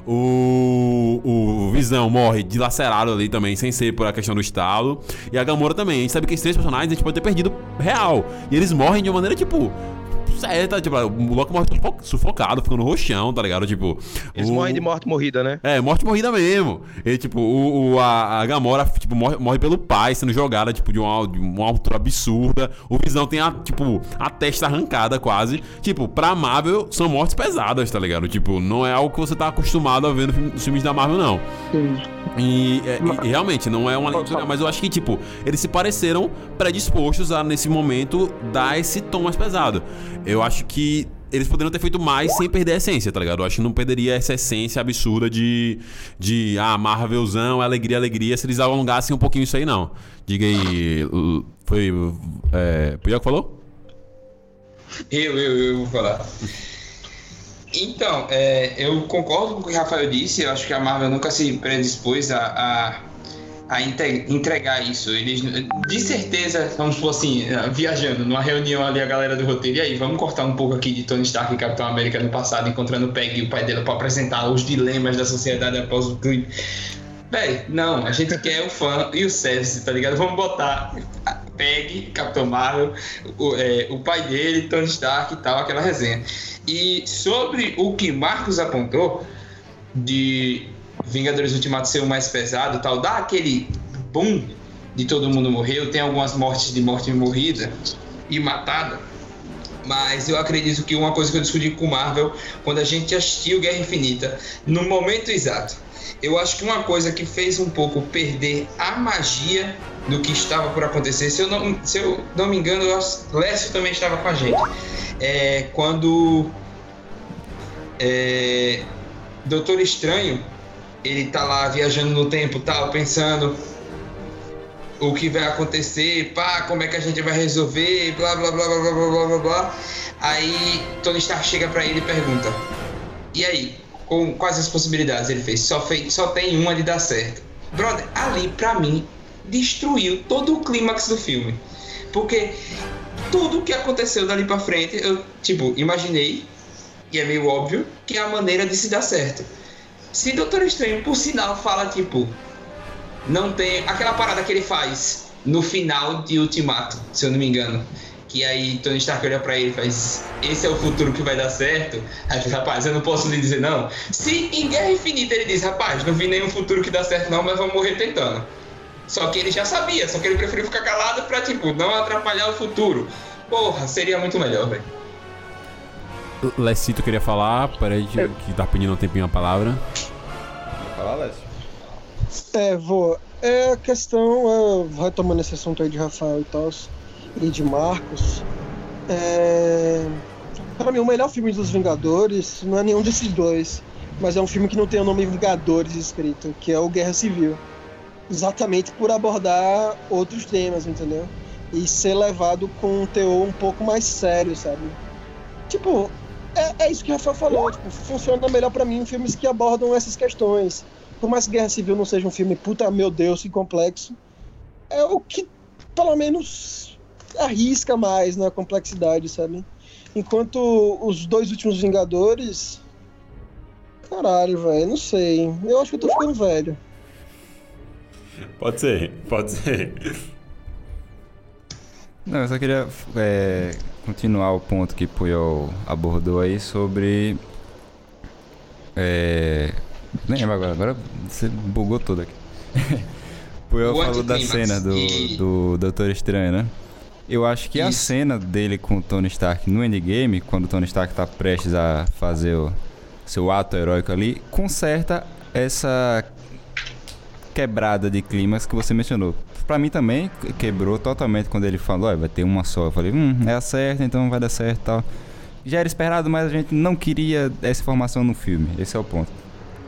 O, o Visão morre dilacerado ali também, sem ser por a questão do estalo. E a Gamora também. A gente sabe que esses três personagens a gente pode ter perdido real. E eles morrem de uma maneira, tipo, certa, tipo, o Loki morre sufocado, ficando roxão, tá ligado? Tipo, eles o... morrem de morte morrida, né? É, morte morrida mesmo. E, tipo, o, o, a, a Gamora, tipo, morre, morre pelo pai, sendo jogada, tipo, de uma, de uma altura absurda. O Visão tem, a, tipo, a testa arrancada quase. Tipo, pra Marvel, são mortes pesadas, tá ligado? Tipo, não é algo que você tá acostumado a ver nos filmes da Marvel, não. Sim. E, e, e realmente, não é uma leitura, mas eu acho que, tipo, eles se pareceram predispostos a, nesse momento, dar esse tom mais pesado. Eu acho que eles poderiam ter feito mais sem perder a essência, tá ligado? Eu acho que não perderia essa essência absurda de, de ah, Marvelzão, alegria, alegria, se eles alongassem um pouquinho isso aí, não. Diga aí, foi... É, Puyol que falou? Eu, eu, eu vou falar. Então, é, eu concordo com o que o Rafael disse. Eu acho que a Marvel nunca se predispôs a, a, a entregar isso. Eles, de certeza, vamos supor assim, viajando numa reunião ali, a galera do roteiro, e aí, vamos cortar um pouco aqui de Tony Stark e Capitão América no passado, encontrando o Peggy e o pai dele para apresentar os dilemas da sociedade após o clipe. Véi, não, a gente quer o fã e o service, tá ligado? Vamos botar Peggy, Capitão Marvel, o, é, o pai dele, Tony Stark e tal, aquela resenha. E sobre o que Marcos apontou de Vingadores Ultimato ser o mais pesado, tal, dá aquele boom de todo mundo morreu, tem algumas mortes de morte morrida e matada, mas eu acredito que uma coisa que eu discuti com o Marvel quando a gente assistiu Guerra Infinita, no momento exato, eu acho que uma coisa que fez um pouco perder a magia do que estava por acontecer, se eu não, se eu não me engano, o Lécio também estava com a gente, é quando é, Doutor Estranho, ele tá lá viajando no tempo, tal, pensando o que vai acontecer, pá, como é que a gente vai resolver, blá, blá, blá, blá, blá, blá, blá, blá. Aí Tony Stark chega pra ele e pergunta, e aí, com, quais as possibilidades? Ele fez, só, fez, só tem uma de dar certo. Brother, ali, pra mim, destruiu todo o clímax do filme. Porque tudo que aconteceu dali pra frente, eu, tipo, imaginei, e é meio óbvio, que é a maneira de se dar certo. Se Doutor Estranho, por sinal, fala, tipo, não tem... Aquela parada que ele faz no final de Ultimato, se eu não me engano, que aí Tony Stark olha pra ele e faz, esse é o futuro que vai dar certo. Aí ele, rapaz, eu não posso lhe dizer não. Se em Guerra Infinita ele diz, rapaz, não vi nenhum futuro que dá certo não, mas vamos morrer tentando. Só que ele já sabia, só que ele preferiu ficar calado pra, tipo, não atrapalhar o futuro. Porra, seria muito melhor, velho. Lecito queria falar, peraí que, que tá pedindo um tempinho a palavra. Vai falar, Lécio? É, vou. É a questão, é, retomando esse assunto aí de Rafael e tal, e de Marcos, é, para mim o melhor filme dos Vingadores não é nenhum desses dois, mas é um filme que não tem o nome Vingadores escrito, que é o Guerra Civil, exatamente por abordar outros temas, entendeu? E ser levado com um teor um pouco mais sério, sabe? Tipo, é, é isso que o Rafael falou, tipo, funciona melhor pra mim filmes que abordam essas questões. Por mais que Guerra Civil não seja um filme, puta, meu Deus, que complexo, é o que, pelo menos, arrisca mais na complexidade, sabe? Enquanto os dois últimos Vingadores... Caralho, velho, não sei. Eu acho que eu tô ficando velho. Pode ser, pode ser. Não, eu só queria é, continuar o ponto que Puyol abordou aí sobre... É... Nem lembro agora, agora você bugou tudo aqui. Puyol falou da cena do, do Doutor Estranho, né? Eu acho que Isso. a cena dele com o Tony Stark no Endgame, quando o Tony Stark tá prestes a fazer o seu ato heróico ali, conserta essa quebrada de clímax que você mencionou. Pra mim também quebrou totalmente quando ele falou, oh, vai ter uma só. Eu falei, hum, é a certa, então vai dar certo e tal. Já era esperado, mas a gente não queria essa informação no filme. Esse é o ponto.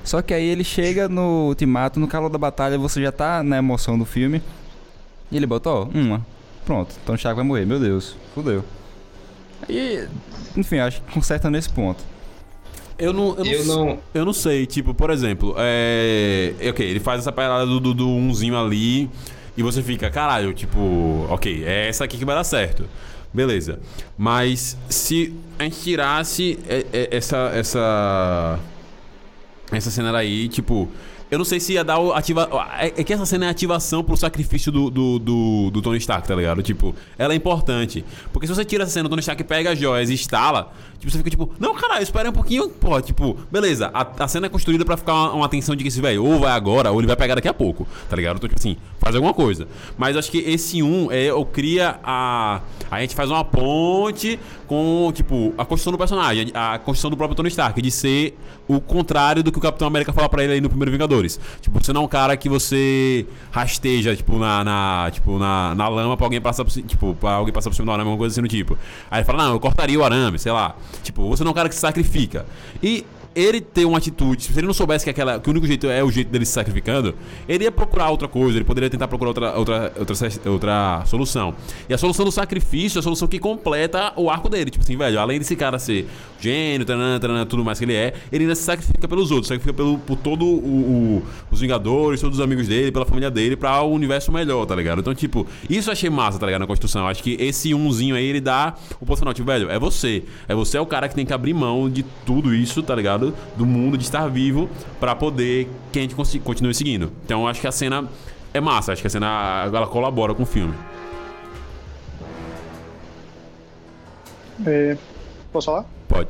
Só que aí ele chega no Ultimato, no calor da batalha, você já tá na emoção do filme. E ele bota, ó, uma. Pronto, Tony Stark vai morrer, meu Deus, fudeu. E, enfim, acho que conserta nesse ponto. Eu não, eu, Eu não, não- eu não sei, tipo, por exemplo, é. Ok, ele faz essa parada do, do, do umzinho ali e você fica, caralho, tipo, ok, é essa aqui que vai dar certo. Beleza. Mas se a gente tirasse é, é, essa. essa. Essa cena aí, tipo. Eu não sei se ia dar o ativa... É que essa cena é ativação pro sacrifício do, do, do, do Tony Stark, tá ligado? Tipo, ela é importante. Porque se você tira essa cena, o Tony Stark pega as joias e instala, tipo, você fica tipo, não, caralho, espera um pouquinho, pô, tipo, beleza, a, a cena é construída pra ficar uma, uma tensão de que esse velho ou vai agora, ou ele vai pegar daqui a pouco, tá ligado? Então, tipo assim, faz alguma coisa. Mas acho que esse um é, ou cria a... A gente faz uma ponte com, tipo, a construção do personagem, a construção do próprio Tony Stark, de ser o contrário do que o Capitão América fala pra ele aí no primeiro Vingadores. Tipo, você não é um cara que você rasteja, tipo, na, na, tipo, na, na lama pra alguém passar por cima, tipo, pra alguém passar por cima do arame, alguma coisa assim do tipo. Aí ele fala, não, eu cortaria o arame, sei lá. Tipo, você não é um cara que se sacrifica. E ele ter uma atitude, se ele não soubesse que, aquela, que o único jeito é o jeito dele se sacrificando, ele ia procurar outra coisa, ele poderia tentar procurar outra, outra, outra, outra solução. E a solução do sacrifício é a solução que completa o arco dele. Tipo assim, velho, além desse cara ser gênio, taranã, taranã, tudo mais que ele é, ele ainda se sacrifica pelos outros, sacrifica pelo, por todo o, o, os Vingadores, todos os amigos dele, pela família dele, pra o universo melhor, tá ligado? Então, tipo, isso eu achei massa, tá ligado, na construção. Eu acho que esse umzinho aí, ele dá o ponto final, tipo, velho, é você. É você é o cara que tem que abrir mão de tudo isso, tá ligado? Do mundo, de estar vivo, pra poder que a gente consiga, continue seguindo. Então eu acho que a cena é massa, acho que a cena ela colabora com o filme. É, posso falar? Pode.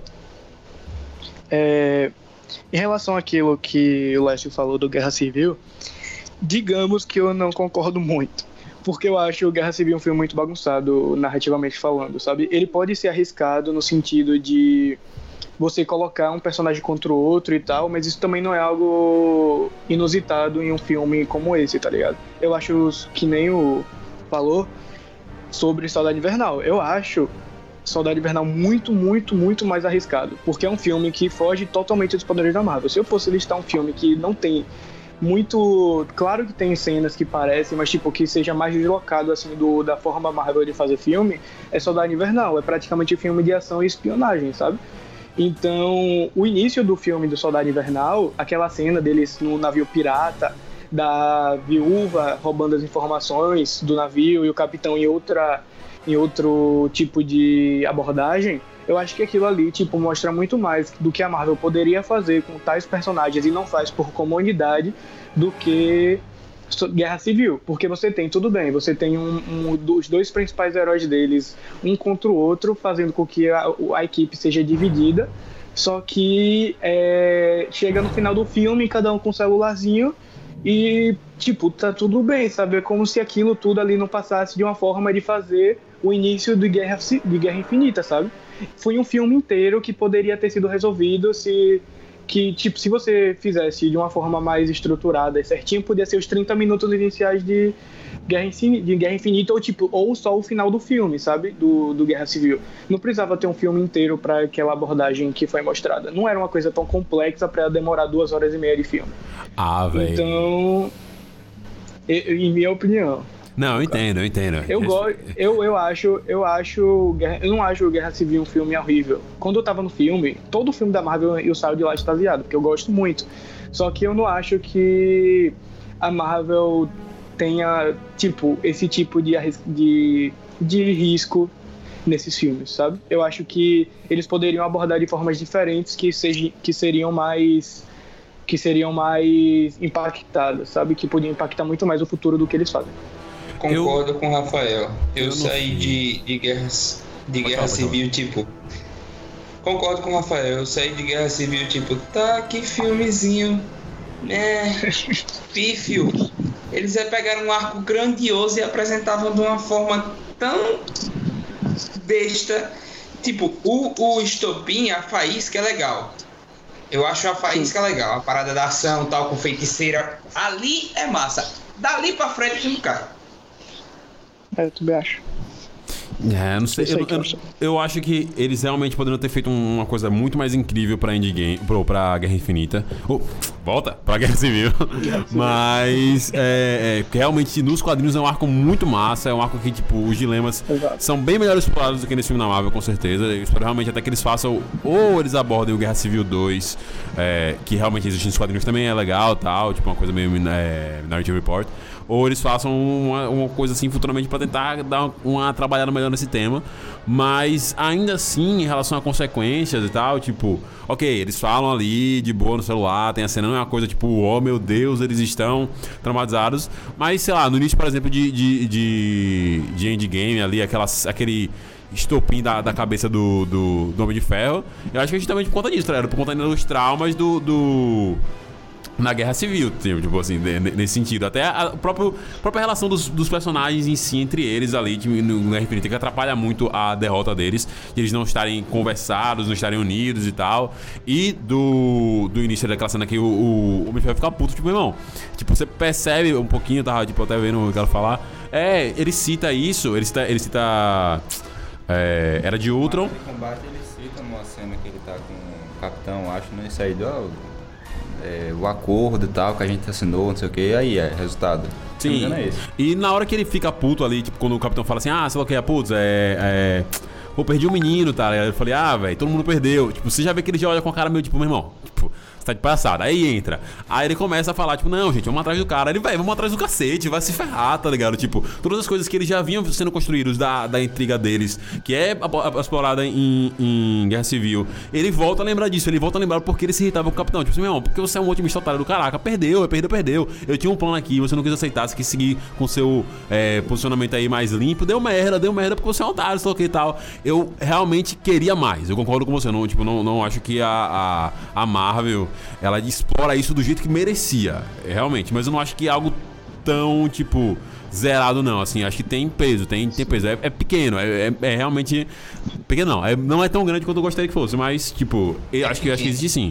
É, em relação àquilo que o Lécio falou do Guerra Civil, digamos que eu não concordo muito. Porque eu acho o Guerra Civil um filme muito bagunçado, narrativamente falando, sabe? Ele pode ser arriscado no sentido de você colocar um personagem contra o outro e tal, mas isso também não é algo inusitado em um filme como esse, tá ligado? Eu acho que nem o falou sobre Soldado Invernal. Eu acho Soldado Invernal muito, muito, muito mais arriscado, porque é um filme que foge totalmente dos padrões da Marvel. Se eu fosse listar um filme que não tem muito... Claro que tem cenas que parecem, mas tipo, que seja mais deslocado assim do, da forma Marvel de fazer filme, é Soldado Invernal. É praticamente filme de ação e espionagem, sabe? Então, o início do filme do Soldado Invernal, aquela cena deles no navio pirata, da viúva roubando as informações do navio e o capitão em, outra, em outro tipo de abordagem, eu acho que aquilo ali tipo, mostra muito mais do que a Marvel poderia fazer com tais personagens e não faz por comodidade do que Guerra Civil, porque você tem, tudo bem, você tem um, um dos dois principais heróis deles, um contra o outro, fazendo com que a, a equipe seja dividida, só que é, chega no final do filme, cada um com um celularzinho e, tipo, tá tudo bem, sabe? É como se aquilo tudo ali não passasse de uma forma de fazer o início de Guerra, de Guerra Infinita, sabe? Foi um filme inteiro que poderia ter sido resolvido se... que, tipo, se você fizesse de uma forma mais estruturada e certinho, podia ser os trinta minutos iniciais de Guerra Infinita, de Guerra Infinita ou, tipo, ou só o final do filme, sabe? Do, do Guerra Civil. Não precisava ter um filme inteiro para aquela abordagem que foi mostrada. Não era uma coisa tão complexa para demorar duas horas e meia de filme. Ah, velho. Então, eu, em minha opinião... Não, eu entendo, eu entendo. Eu gosto, eu, eu acho, eu acho, eu não acho o Guerra Civil um filme horrível. Quando eu tava no filme, todo filme da Marvel eu saio de lá extasiado, porque eu gosto muito. Só que eu não acho que a Marvel tenha, tipo, esse tipo de, de, de risco nesses filmes, sabe? Eu acho que eles poderiam abordar de formas diferentes que, seja, que seriam mais que seriam mais impactadas, sabe? Que podiam impactar muito mais o futuro do que eles fazem. Concordo eu, com o Rafael. Eu, eu saí não... de, de guerra, de guerra civil, tipo... Concordo com o Rafael. Eu saí de Guerra Civil, tipo... Tá, que filmezinho... né? Pífio. Eles pegaram um arco grandioso e apresentavam de uma forma tão... besta. Tipo, o, o estopim, a faísca é legal. Eu acho a faísca legal. A parada da ação, tal, com feiticeira. Ali é massa. Dali pra frente, o filme cai. É, eu também acho. É, não sei. Eu, eu, eu, eu acho que eles realmente poderiam ter feito uma coisa muito mais incrível pra Endgame, pro, pra Guerra Infinita. Oh, volta pra Guerra Civil. Mas é, é, realmente nos quadrinhos é um arco muito massa. É um arco que, tipo, os dilemas Exato. são bem melhores explorados do que nesse filme da Marvel, com certeza. Eu espero realmente até que eles façam, ou eles abordem o Guerra Civil dois, é, que realmente existe nos quadrinhos também, é legal, tal, tipo uma coisa meio é, Minority Report. Ou eles façam uma, uma coisa assim futuramente pra tentar dar uma trabalhada melhor nesse tema. Mas ainda assim, em relação a consequências e tal, tipo, ok, eles falam ali de boa no celular, tem a cena, não é uma coisa tipo, oh meu Deus, eles estão traumatizados. Mas sei lá, no início, por exemplo, de, de, de, de Endgame ali, aquelas, aquele estopim da, da cabeça do, do, do Homem de Ferro, eu acho que é justamente por conta disso, tá? Era por conta dos traumas do... do na Guerra Civil, tipo assim, nesse sentido. Até a própria, a própria relação dos, dos personagens em si, entre eles ali, tipo, no Guerra Infinita, que atrapalha muito a derrota deles, de eles não estarem conversados, não estarem unidos e tal. E do, do início daquela cena que o, o, o Michel fica puto, tipo, meu irmão, tipo, você percebe um pouquinho, tava, tipo, até vendo o que ela falar, é, ele cita isso, ele cita, ele cita é, Era de Ultron. No combate ele cita numa cena que ele tá com o Capitão, acho, né, isso aí do... É, o acordo e tal que a gente assinou, não sei o que, aí é, resultado. Sim, é e na hora que ele fica puto ali, tipo, quando o capitão fala assim, ah, sei lá o que é, putz, é... é... Pô, perdi um menino, tá? Eu falei, ah, velho, todo mundo perdeu. Tipo, você já vê que ele já olha com a cara meio, tipo, meu irmão, tipo, você tá de palhaçada. Aí entra. Aí ele começa a falar, tipo, não, gente, vamos atrás do cara. Ele, velho, vamos atrás do cacete, vai se ferrar, tá ligado? Tipo, todas as coisas que eles já vinham sendo construídas da, da intriga deles, que é explorada em, em Guerra Civil, ele volta a lembrar disso, ele volta a lembrar porque ele se irritava com o capitão. Tipo assim, meu irmão, porque você é um otimista otário do caraca, perdeu, perdeu, perdeu. Eu tinha um plano aqui, você não quis aceitar, você quis seguir com seu é, posicionamento aí mais limpo, deu merda, deu merda porque você é um otário, sei lá o que e tal. Eu realmente queria mais, eu concordo com você, não, tipo, não, não acho que a, a, a Marvel, ela explora isso do jeito que merecia, realmente, mas eu não acho que é algo tão, tipo, zerado não, assim, acho que tem peso, tem, tem peso, é, é pequeno, é, é, é realmente pequeno não, é, não é tão grande quanto eu gostaria que fosse, mas, tipo, eu acho que, eu acho que existe sim.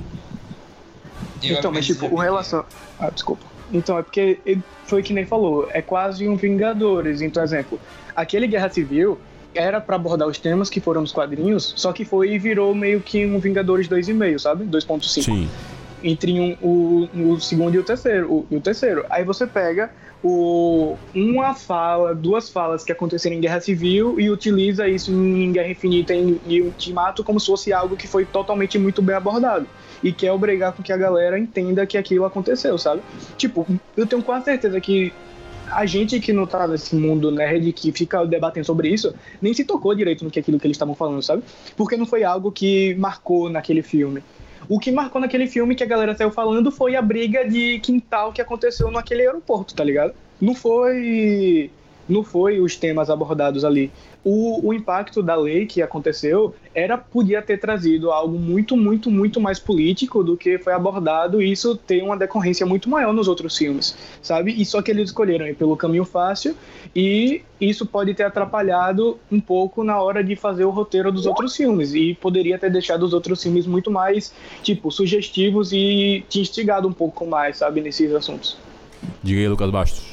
Então, mas tipo, o relação... Ah, desculpa. Então, é porque foi que nem falou, é quase um Vingadores, então, exemplo, aquele Guerra Civil era pra abordar os temas que foram nos quadrinhos, só que foi e virou meio que um Vingadores dois ponto cinco, sabe? dois ponto cinco. Sim. Entre um, o, o segundo e o terceiro. O, e o terceiro. Aí você pega o, uma fala, duas falas que aconteceram em Guerra Civil e utiliza isso em Guerra Infinita e em Ultimato como se fosse algo que foi totalmente muito bem abordado. E quer obrigar com que a galera entenda que aquilo aconteceu, sabe? Tipo, eu tenho quase certeza que a gente que não tá nesse mundo nerd, que fica debatendo sobre isso, nem se tocou direito no que aquilo que eles estavam falando, sabe? Porque não foi algo que marcou naquele filme. O que marcou naquele filme que a galera saiu falando foi a briga de quintal que aconteceu naquele aeroporto, tá ligado? Não foi... Não foi os temas abordados ali. O, o impacto da lei que aconteceu era, podia ter trazido algo muito, muito, muito mais político do que foi abordado, e isso tem uma decorrência muito maior nos outros filmes, sabe? E só que eles escolheram ir pelo caminho fácil, e isso pode ter atrapalhado um pouco na hora de fazer o roteiro dos outros filmes, e poderia ter deixado os outros filmes muito mais, tipo, sugestivos e te instigado um pouco mais, sabe, nesses assuntos. Diga aí, Lucas Bastos.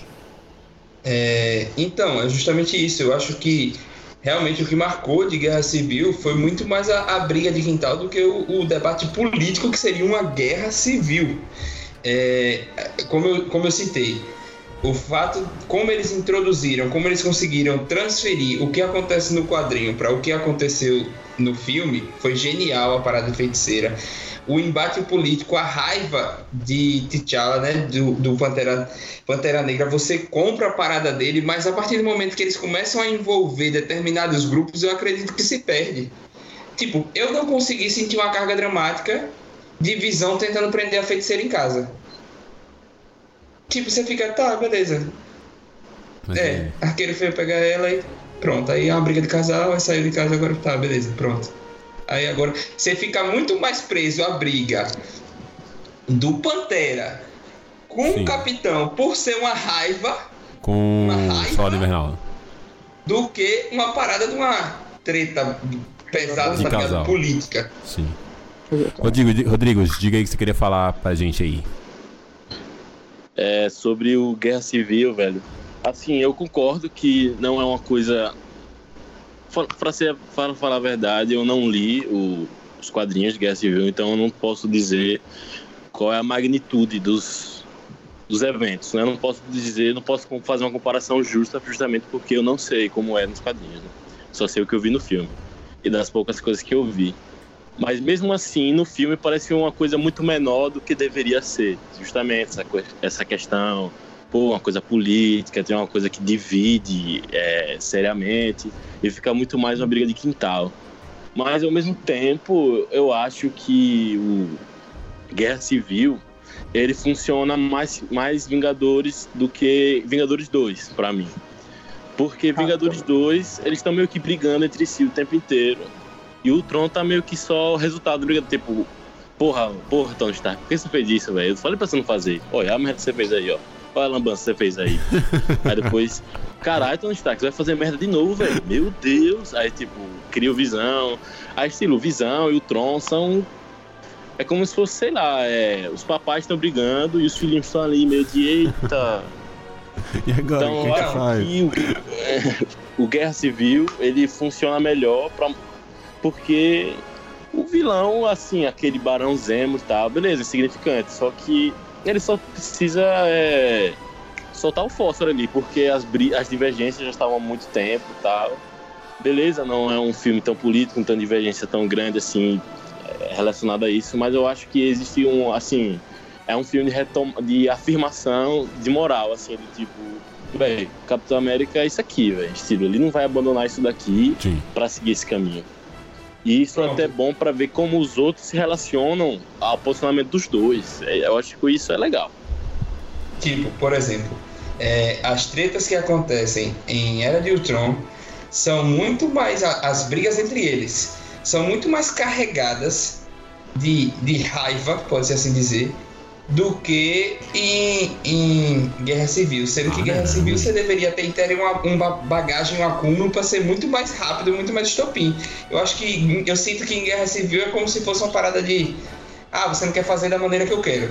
É, então, é justamente isso. Eu acho que realmente o que marcou de Guerra Civil foi muito mais a, a briga de quintal do que o, o debate político, que seria uma guerra civil. É, como, eu, como eu citei, o fato, como eles introduziram, como eles conseguiram transferir o que acontece no quadrinho para o que aconteceu no filme, foi genial a parada feiticeira. O embate político, a raiva de T'Challa, né, do, do Pantera, Pantera Negra, você compra a parada dele, mas a partir do momento que eles começam a envolver determinados grupos, eu acredito que se perde. Tipo, eu não consegui sentir uma carga dramática de Visão tentando prender a feiticeira em casa. Tipo, você fica, tá, beleza. Mas é, é, arqueiro foi pegar ela e pronto, aí é uma briga de casal, aí saiu de casa, agora tá, beleza, pronto. Aí agora você fica muito mais preso à briga do Pantera com Sim. o Capitão por ser uma raiva, com uma raiva Soldado Invernal, do que uma parada de uma treta pesada, de tá, política. Sim. Rodrigo, Rodrigo, diga aí o que você queria falar pra gente aí. É, sobre o Guerra Civil, velho. Assim, eu concordo que não é uma coisa... Pra, ser, pra falar a verdade, eu não li o, os quadrinhos de Guerra Civil, então eu não posso dizer qual é a magnitude dos, dos eventos, né? Eu não posso dizer, não posso fazer uma comparação justa, justamente porque eu não sei como é nos quadrinhos, né? Só sei o que eu vi no filme e das poucas coisas que eu vi. Mas mesmo assim, no filme parece uma coisa muito menor do que deveria ser, justamente essa, essa questão, pô, uma coisa política, tem uma coisa que divide é, seriamente e fica muito mais uma briga de quintal. Mas ao mesmo tempo, eu acho que o Guerra Civil, ele funciona mais, mais Vingadores do que Vingadores dois, pra mim. Porque Vingadores dois, eles estão meio que brigando entre si o tempo inteiro. E o Tron tá meio que só o resultado do brigado. Tipo, porra, porra, Tony Stark, por que você fez isso, velho? Eu falei pra você não fazer. Olha a merda que você fez aí, ó. Olha a lambança que você fez aí. Aí depois, caralho, Tony Stark, você vai fazer merda de novo, velho. Meu Deus. Aí, tipo, cria o Visão. Aí, estilo, o Visão e o Tron são... É como se fosse, sei lá, é... os papais estão brigando e os filhinhos estão ali meio de eita... E agora, então, o que eu a gente acho faz? que o, é, o Guerra Civil, ele funciona melhor pra, porque o vilão, assim, aquele Barão Zemo e tal, beleza, insignificante, só que ele só precisa é, soltar o fósforo ali, porque as, as divergências já estavam há muito tempo e tal. Beleza, não é um filme tão político, com tanta divergência tão grande, assim, relacionada a isso, mas eu acho que existe um, assim... É um filme de, retom- de afirmação de moral, assim, de tipo, velho, Capitão América é isso aqui, velho, estilo, ele não vai abandonar isso daqui Sim. pra seguir esse caminho. E isso é até bom pra ver como os outros se relacionam ao posicionamento dos dois. Eu acho que isso é legal. Tipo, por exemplo, é, as tretas que acontecem em Era de Ultron são muito mais, a, as brigas entre eles, são muito mais carregadas de, de raiva, pode-se assim dizer, do que em, em Guerra Civil, sendo que Ah, Guerra não. Civil você deveria ter, ter uma, uma bagagem, um acúmulo para ser muito mais rápido, muito mais estopim. Eu acho que, eu sinto que em Guerra Civil é como se fosse uma parada de ah, você não quer fazer da maneira que eu quero.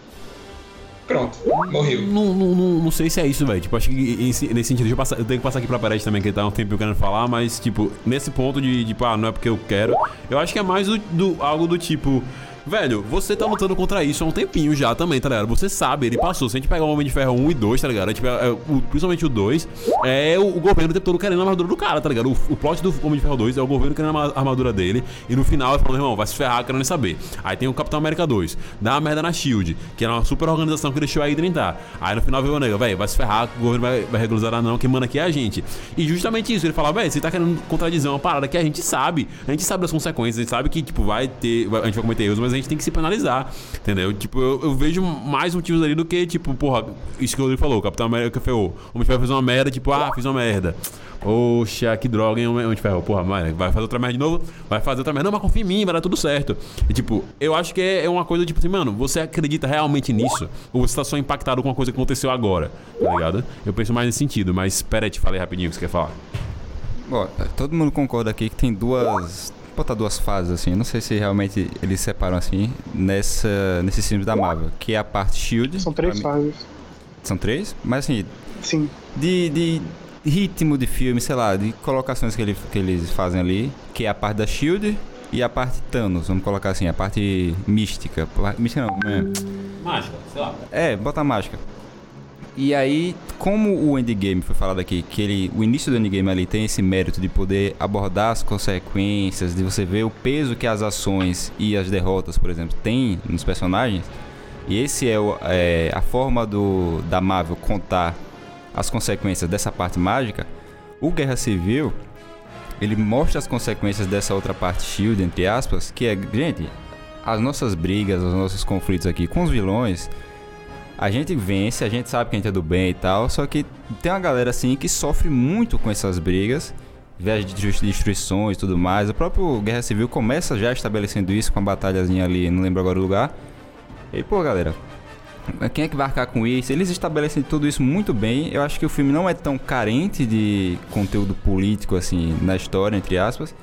Pronto, morreu. Não, não, não, não sei se é isso, velho. Tipo, acho que nesse sentido, deixa eu, passar, eu tenho que passar aqui pra Perez também, que ele tá um tempinho querendo falar, mas, tipo, nesse ponto de, tipo, ah, não é porque eu quero, eu acho que é mais do, do, algo do tipo... Velho, você tá lutando contra isso há um tempinho já também, tá ligado? Você sabe, ele passou. Se a gente pegar o Homem de Ferro um e dois, tá ligado? É, tipo, é, é, o, principalmente o dois, é o, o governo o tempo todo querendo a armadura do cara, tá ligado? O, o plot do Homem de Ferro dois é o governo querendo a armadura dele. E no final ele falou, irmão, vai se ferrar, querendo nem saber. Aí tem o Capitão América dois, dá uma merda na SHIELD, que era uma super organização que deixou a Hydra entrar. Aí no final veio o nega, velho, vai se ferrar, o governo vai, vai regularizar não, quem manda aqui é a gente. E justamente isso, ele fala, velho, você tá querendo contradizer uma parada que a gente sabe. A gente sabe das consequências, a gente sabe que, tipo, vai ter, a gente vai cometer erros, mas a gente tem que se penalizar. Entendeu? Tipo, eu, eu vejo mais motivos ali do que, tipo, porra, isso que o Rodrigo falou, o Capitão América ferrou. O Homem de Ferro fez uma merda, tipo, ah, fiz uma merda. Oxa, que droga, hein, Homem de Ferro. Porra, mas vai fazer outra merda de novo? Vai fazer outra merda. Não, mas confia em mim, vai dar tudo certo. E, tipo, eu acho que é, é uma coisa, tipo assim, mano, você acredita realmente nisso? Ou você tá só impactado com uma coisa que aconteceu agora? Tá ligado? Eu penso mais nesse sentido, mas pera aí, te falei rapidinho o que você quer falar. Bom, todo mundo concorda aqui que tem duas... botar duas fases assim, não sei se realmente eles separam assim nessa, nesses filmes da Marvel, que é a parte SHIELD. São três fases. São três? Mas assim, Sim. de, de ritmo de filme, sei lá, de colocações que, ele, que eles fazem ali, que é a parte da SHIELD e a parte Thanos, vamos colocar assim, a parte mística. Mística não, é... Mágica, sei lá. É, bota mágica. E aí, como o Endgame foi falado aqui, que ele, o início do Endgame ali tem esse mérito de poder abordar as consequências, de você ver o peso que as ações e as derrotas, por exemplo, têm nos personagens. E esse é, o, é a forma do, da Marvel contar as consequências dessa parte mágica. O Guerra Civil, ele mostra as consequências dessa outra parte SHIELD, entre aspas, que é, gente, as nossas brigas, os nossos conflitos aqui com os vilões... A gente vence, a gente sabe que a gente é do bem e tal, só que tem uma galera assim que sofre muito com essas brigas, vê de destruições e tudo mais. O próprio Guerra Civil começa já estabelecendo isso com uma batalhazinha ali, não lembro agora o lugar. E pô, galera, quem é que vai arcar com isso? Eles estabelecem tudo isso muito bem. Eu acho que o filme não é tão carente de conteúdo político assim na história, entre aspas.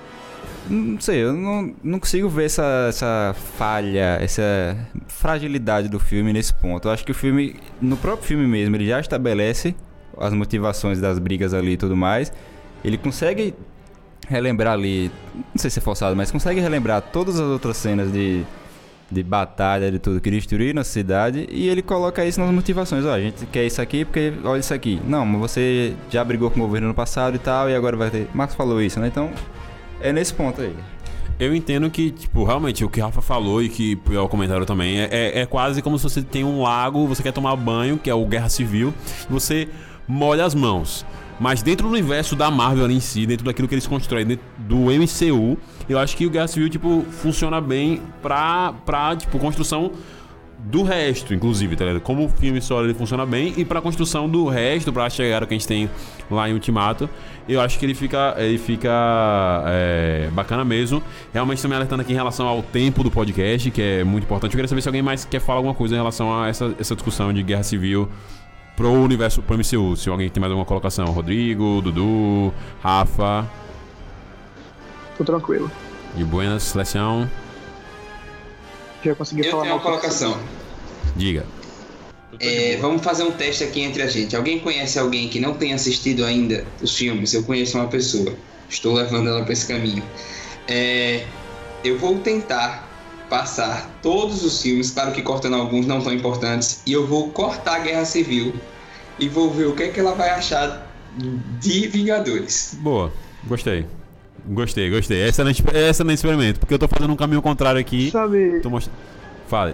Não sei, eu não, não consigo ver essa, essa falha, essa fragilidade do filme nesse ponto. Eu acho que o filme, no próprio filme mesmo, ele já estabelece as motivações das brigas ali e tudo mais. Ele consegue relembrar ali, não sei se é forçado, mas consegue relembrar todas as outras cenas de de batalha, de tudo, que destruir nossa cidade, e ele coloca isso nas motivações. Ó, a gente quer isso aqui porque olha isso aqui. Não, mas você já brigou com o governo no passado e tal, e agora vai ter... Marcos falou isso, né? Então, é nesse ponto aí. Eu entendo que, tipo, realmente, o que o Rafa falou e que o comentário também, é, é, é quase como se você tem um lago, você quer tomar banho, que é o Guerra Civil, e você molha as mãos. Mas dentro do universo da Marvel ali em si, dentro daquilo que eles constroem, dentro do M C U, eu acho que o Guerra Civil, tipo, funciona bem pra, pra tipo, construção do resto, inclusive, tá ligado? Como o filme só ele funciona bem, e pra construção do resto, pra chegar ao que a gente tem lá em Ultimato, eu acho que ele fica, ele fica é, bacana mesmo. Realmente também alertando aqui em relação ao tempo do podcast, que é muito importante. Eu queria saber se alguém mais quer falar alguma coisa em relação a essa, essa discussão de Guerra Civil pro universo, pro M C U. Se alguém tem mais alguma colocação. Rodrigo, Dudu, Rafa. Tô tranquilo. De buenas, seleção. Já consegui Eu falar tenho uma mal. colocação. Diga. É, vamos fazer um teste aqui entre a gente. Alguém conhece alguém que não tenha assistido ainda os filmes? Eu conheço uma pessoa. Estou levando ela para esse caminho. É, eu vou tentar passar todos os filmes, claro que cortando alguns não tão importantes, e eu vou cortar a Guerra Civil e vou ver o que é que ela vai achar de Vingadores. Boa. Gostei. Gostei, gostei. É excelente, é excelente experimento, porque eu tô fazendo um caminho contrário aqui. Sabe, Tô most... Fale.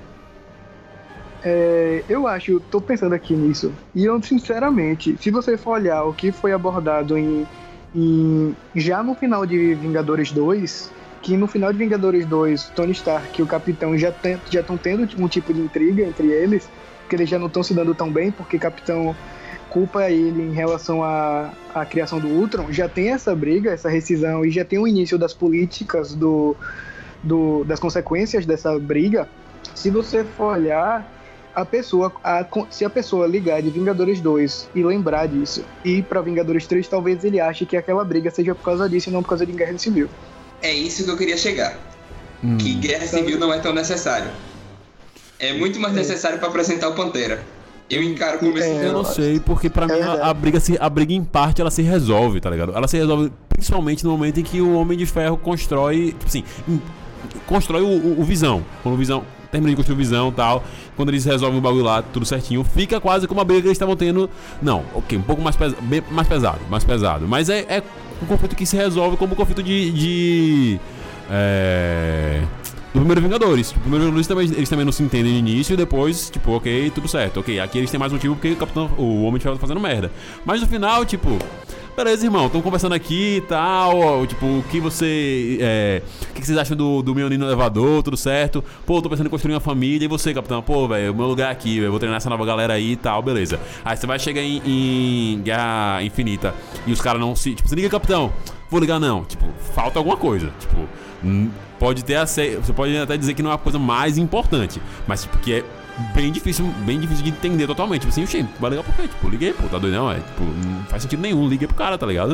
é, eu acho, tô pensando aqui nisso, e eu, sinceramente, se você for olhar o que foi abordado em, em já no final de Vingadores dois, que no final de Vingadores dois, Tony Stark e o Capitão já estão tendo um tipo de intriga entre eles, porque eles já não estão se dando tão bem, porque Capitão culpa ele em relação à, à criação do Ultron, já tem essa briga, essa rescisão, e já tem o início das políticas, do, do, das consequências dessa briga. Se você for olhar, a pessoa, a, se a pessoa ligar de Vingadores dois e lembrar disso, e ir pra Vingadores três, talvez ele ache que aquela briga seja por causa disso e não por causa de Guerra Civil. É isso que eu queria chegar. Hum. Que Guerra Civil não é tão necessário. É muito mais necessário para apresentar o Pantera. Eu encaro como esse... Eu não sei, porque pra mim a, a, briga se, a briga em parte ela se resolve, tá ligado? Ela se resolve principalmente no momento em que o Homem de Ferro constrói, tipo assim, in, constrói o, o, o Visão. Quando o Visão termina de construir o Visão e tal, quando eles resolvem o bagulho lá, tudo certinho, fica quase como a briga que eles estavam tendo. Não, ok, um pouco mais, pesa, bem, mais pesado, mais pesado. Mas é, é um conflito que se resolve como um conflito de... de é... do primeiro Vingadores. O primeiro Vingadores também, eles também não se entendem no início e depois, tipo, ok, tudo certo. Ok, aqui eles têm mais motivo porque o Capitão, o Homem de Ferro tá fazendo merda. Mas no final, tipo, beleza, irmão, estamos conversando aqui e tal, ó, tipo, o que você, é, o que vocês acham do, do meu no elevador, tudo certo? Pô, tô pensando em construir uma família, e você, Capitão? Pô, velho, o meu lugar é aqui, eu vou treinar essa nova galera aí e tal, beleza. Aí você vai chegar em, em Guerra Infinita e os caras não se, tipo, você liga, Capitão? Vou ligar não, tipo, falta alguma coisa, tipo... Hum, pode ter ace... Você pode até dizer que não é a coisa mais importante, mas tipo, que é bem difícil, bem difícil de entender totalmente. Tipo assim, oxê, vai ligar por quê? Tipo, liguei, pô, tá doido não? É, tipo, não faz sentido nenhum, liguei pro cara, tá ligado?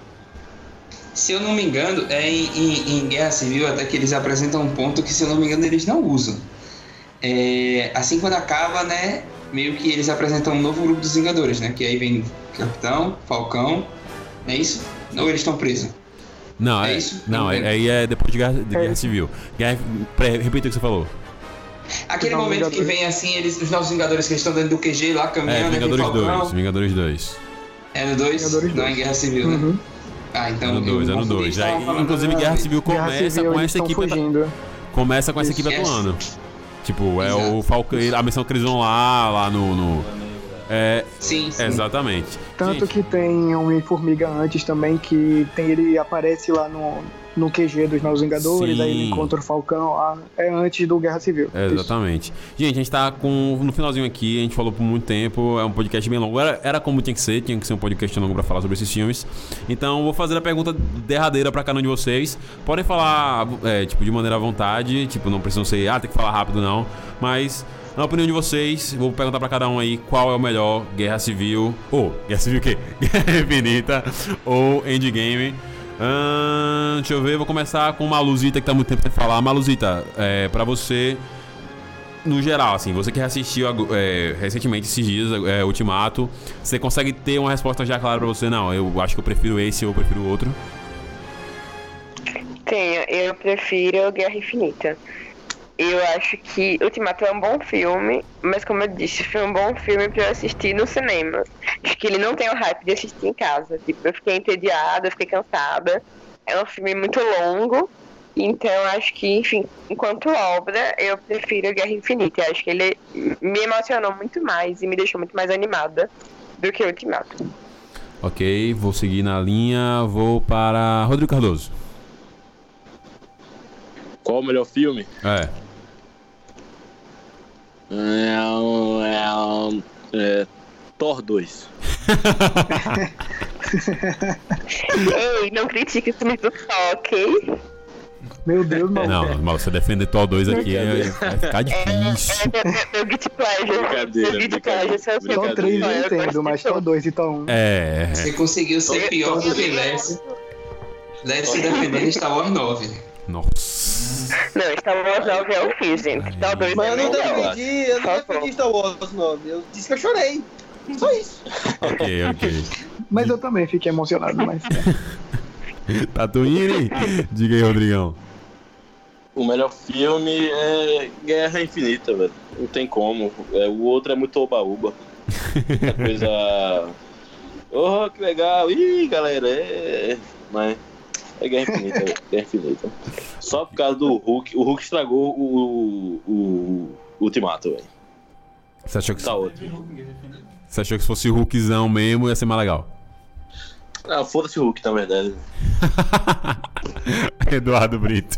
Se eu não me engano, é em, em, em Guerra Civil até que eles apresentam um ponto que, se eu não me engano, eles não usam. É, assim, quando acaba, né, meio que eles apresentam um novo grupo dos Vingadores, né? Que aí vem Capitão, Falcão, não é isso? Ou eles estão presos? Não, é, é isso? Não, é, aí é depois de Guerra, de guerra É. Civil. Guerra, pré, repita o que você falou. Aquele Não, momento que Vingadores. vem assim, eles, os novos Vingadores que estão dentro do Q G lá É, caminhando, Vingadores tem Falcão. dois, Vingadores dois. É no dois? Vingadores Não é dois. em Guerra Civil, né? Uhum. Ah, então É no dois, é eu no confundi, dois. estavam Aí, falando inclusive, da- Guerra Civil Guerra começa Civil, com eles essa estão equipe... fugindo. Começa com essa Isso. equipe atuando. Tipo, é Exato. o Falcão, a missão que eles vão lá, lá no... no é, Sim, sim. exatamente. Tanto Gente, que tem um Homem-Formiga antes também, que tem, ele aparece lá no, no Q G dos Novos Vingadores, Sim. aí ele encontra o Falcão lá. É antes do Guerra Civil. É, exatamente. Gente, a gente tá com, no finalzinho aqui, a gente falou por muito tempo, é um podcast bem longo. Era, era como tinha que ser, tinha que ser um podcast longo pra falar sobre esses filmes. Então, vou fazer a pergunta derradeira pra cada um de vocês. Podem falar, é, tipo, de maneira à vontade, tipo, não precisam ser, ah, tem que falar rápido, não. Mas, na opinião de vocês, vou perguntar pra cada um aí qual é o melhor, Guerra Civil, ou, Guerra Civil o quê? Guerra Infinita ou Endgame. Ahn, deixa eu ver, vou começar com Maluzita, que tá muito tempo sem falar. Maluzita, é, pra você, no geral, assim, você que assistiu é, recentemente esses dias, é, Ultimato, você consegue ter uma resposta já clara pra você? Não, eu acho que eu prefiro esse ou eu prefiro o outro. Tenho, eu prefiro Guerra Infinita. eu acho que Ultimato é um bom filme, mas como eu disse, foi um bom filme pra eu assistir no cinema. Acho que ele não tem o hype de assistir em casa. Tipo, eu fiquei entediada, eu fiquei cansada. É um filme muito longo, então acho que, enfim, enquanto obra, eu prefiro Guerra Infinita. Eu acho que ele me emocionou muito mais e me deixou muito mais animada do que Ultimato. Ok, vou seguir na linha, vou para Rodrigo Cardoso. Qual o melhor filme? É. É, é, é, Thor dois. Ei, não critique os filmes do Thor, ok? Meu Deus, mano. Não, mas você defender Thor dois aqui é, vai ficar difícil. É, é, é meu guilty pleasure. Brincadeira, Meu guilty brincadeira, pleasure, seus filmes Thor do três Thor, eu eu entendo, gosto mas de Thor dois e Thor um. É. Você conseguiu ser pior do que Lércio. Lércio defendendo Star Wars nove. Nossa. Não, Star Wars nove é o fim, gente. Star dois Mas é eu não melhor. defendi, eu não defendi Star Wars nove. Eu disse que eu chorei. Só isso. Ok, ok. Mas eu também fiquei emocionado, mas... Tatuíne? Diga aí, Rodrigão. O melhor filme é Guerra Infinita, velho. Não tem como. É, o outro é muito oba-oba. Muita coisa. Oh, que legal. Ih, galera. É. Mas. É Guerra Infinita, velho. Guerra Infinita. Só por causa do Hulk. O Hulk estragou o. O. o Ultimato, velho. Você achou que Tá outro. Você achou que se fosse Hulkzão mesmo ia ser mais legal? Ah, foda-se o Hulk, na verdade. Eduardo Brito.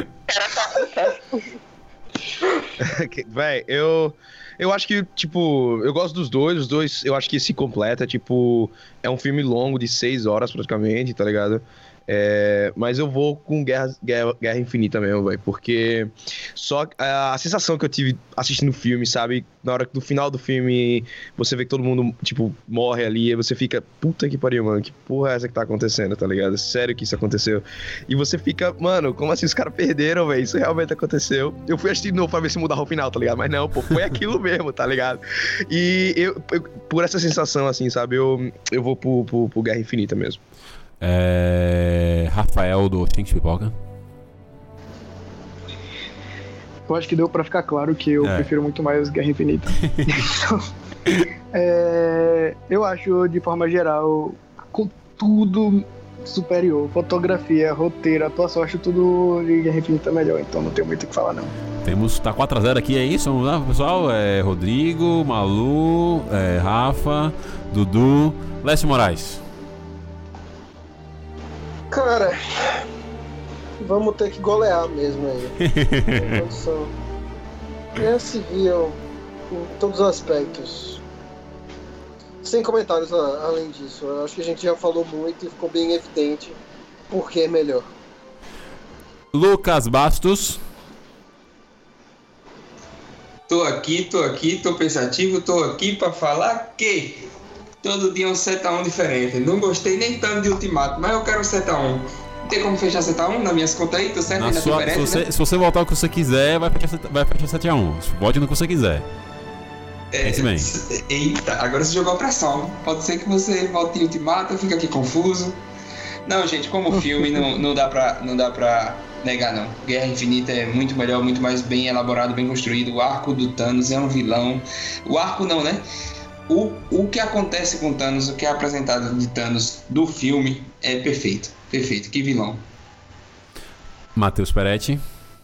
Véi, eu. Eu acho que, tipo, eu gosto dos dois, os dois eu acho que se completa, tipo, é um filme longo de seis horas praticamente, tá ligado? É, mas eu vou com Guerra, Guerra, Guerra Infinita mesmo, velho, porque só a, a sensação que eu tive assistindo o filme, sabe? Na hora que no final do filme você vê que todo mundo, tipo, morre ali, e você fica, puta que pariu, mano, que porra é essa que tá acontecendo, tá ligado? Sério que isso aconteceu. E você fica, mano, como assim os caras perderam, velho? Isso realmente aconteceu. Eu fui assistir de novo pra ver se mudava o final, tá ligado? Mas não, pô, foi aquilo mesmo, tá ligado? E eu, eu por essa sensação, assim, sabe? Eu, eu vou pro, pro, pro Guerra Infinita mesmo. É... Rafael do Think Pipoca. Eu acho que deu pra ficar claro que eu É. prefiro muito mais Guerra Infinita. Então, é, eu acho, de forma geral, com tudo superior. Fotografia, roteiro, atuação, acho tudo de Guerra Infinita melhor. Então não tenho muito o que falar, não. Temos, tá quatro a zero aqui, é isso? Vamos lá, pessoal? É Rodrigo, Malu, é Rafa, Dudu, Lécio Moraes. Cara, vamos ter que golear mesmo aí. Tem condição. Guerra Civil, em todos os aspectos. Sem comentários a- além disso. Eu acho que a gente já falou muito e ficou bem evidente por que é melhor. Lucas Bastos. Tô aqui, tô aqui, tô pensativo, tô aqui pra falar que todo dia um sete a um diferente. Não gostei nem tanto de Ultimato, mas eu quero um sete a um. Não tem como fechar sete a um nas minhas contas aí? Tô certo Na aí na sua, se, diferença, você, né? se você voltar o que você quiser, vai fechar, vai fechar sete a um. Vote no que você quiser. Pense bem. Eita, agora você jogou a pressão. Pode ser que você volte em Ultimato, fica aqui confuso. Não, gente, como filme não, não, dá pra, não dá pra negar, não. Guerra Infinita é muito melhor, muito mais bem elaborado, bem construído. O arco do Thanos é um vilão. O arco não, né? O, o que acontece com Thanos, o que é apresentado de Thanos do filme é perfeito. Perfeito, que vilão. Matheus Peretti.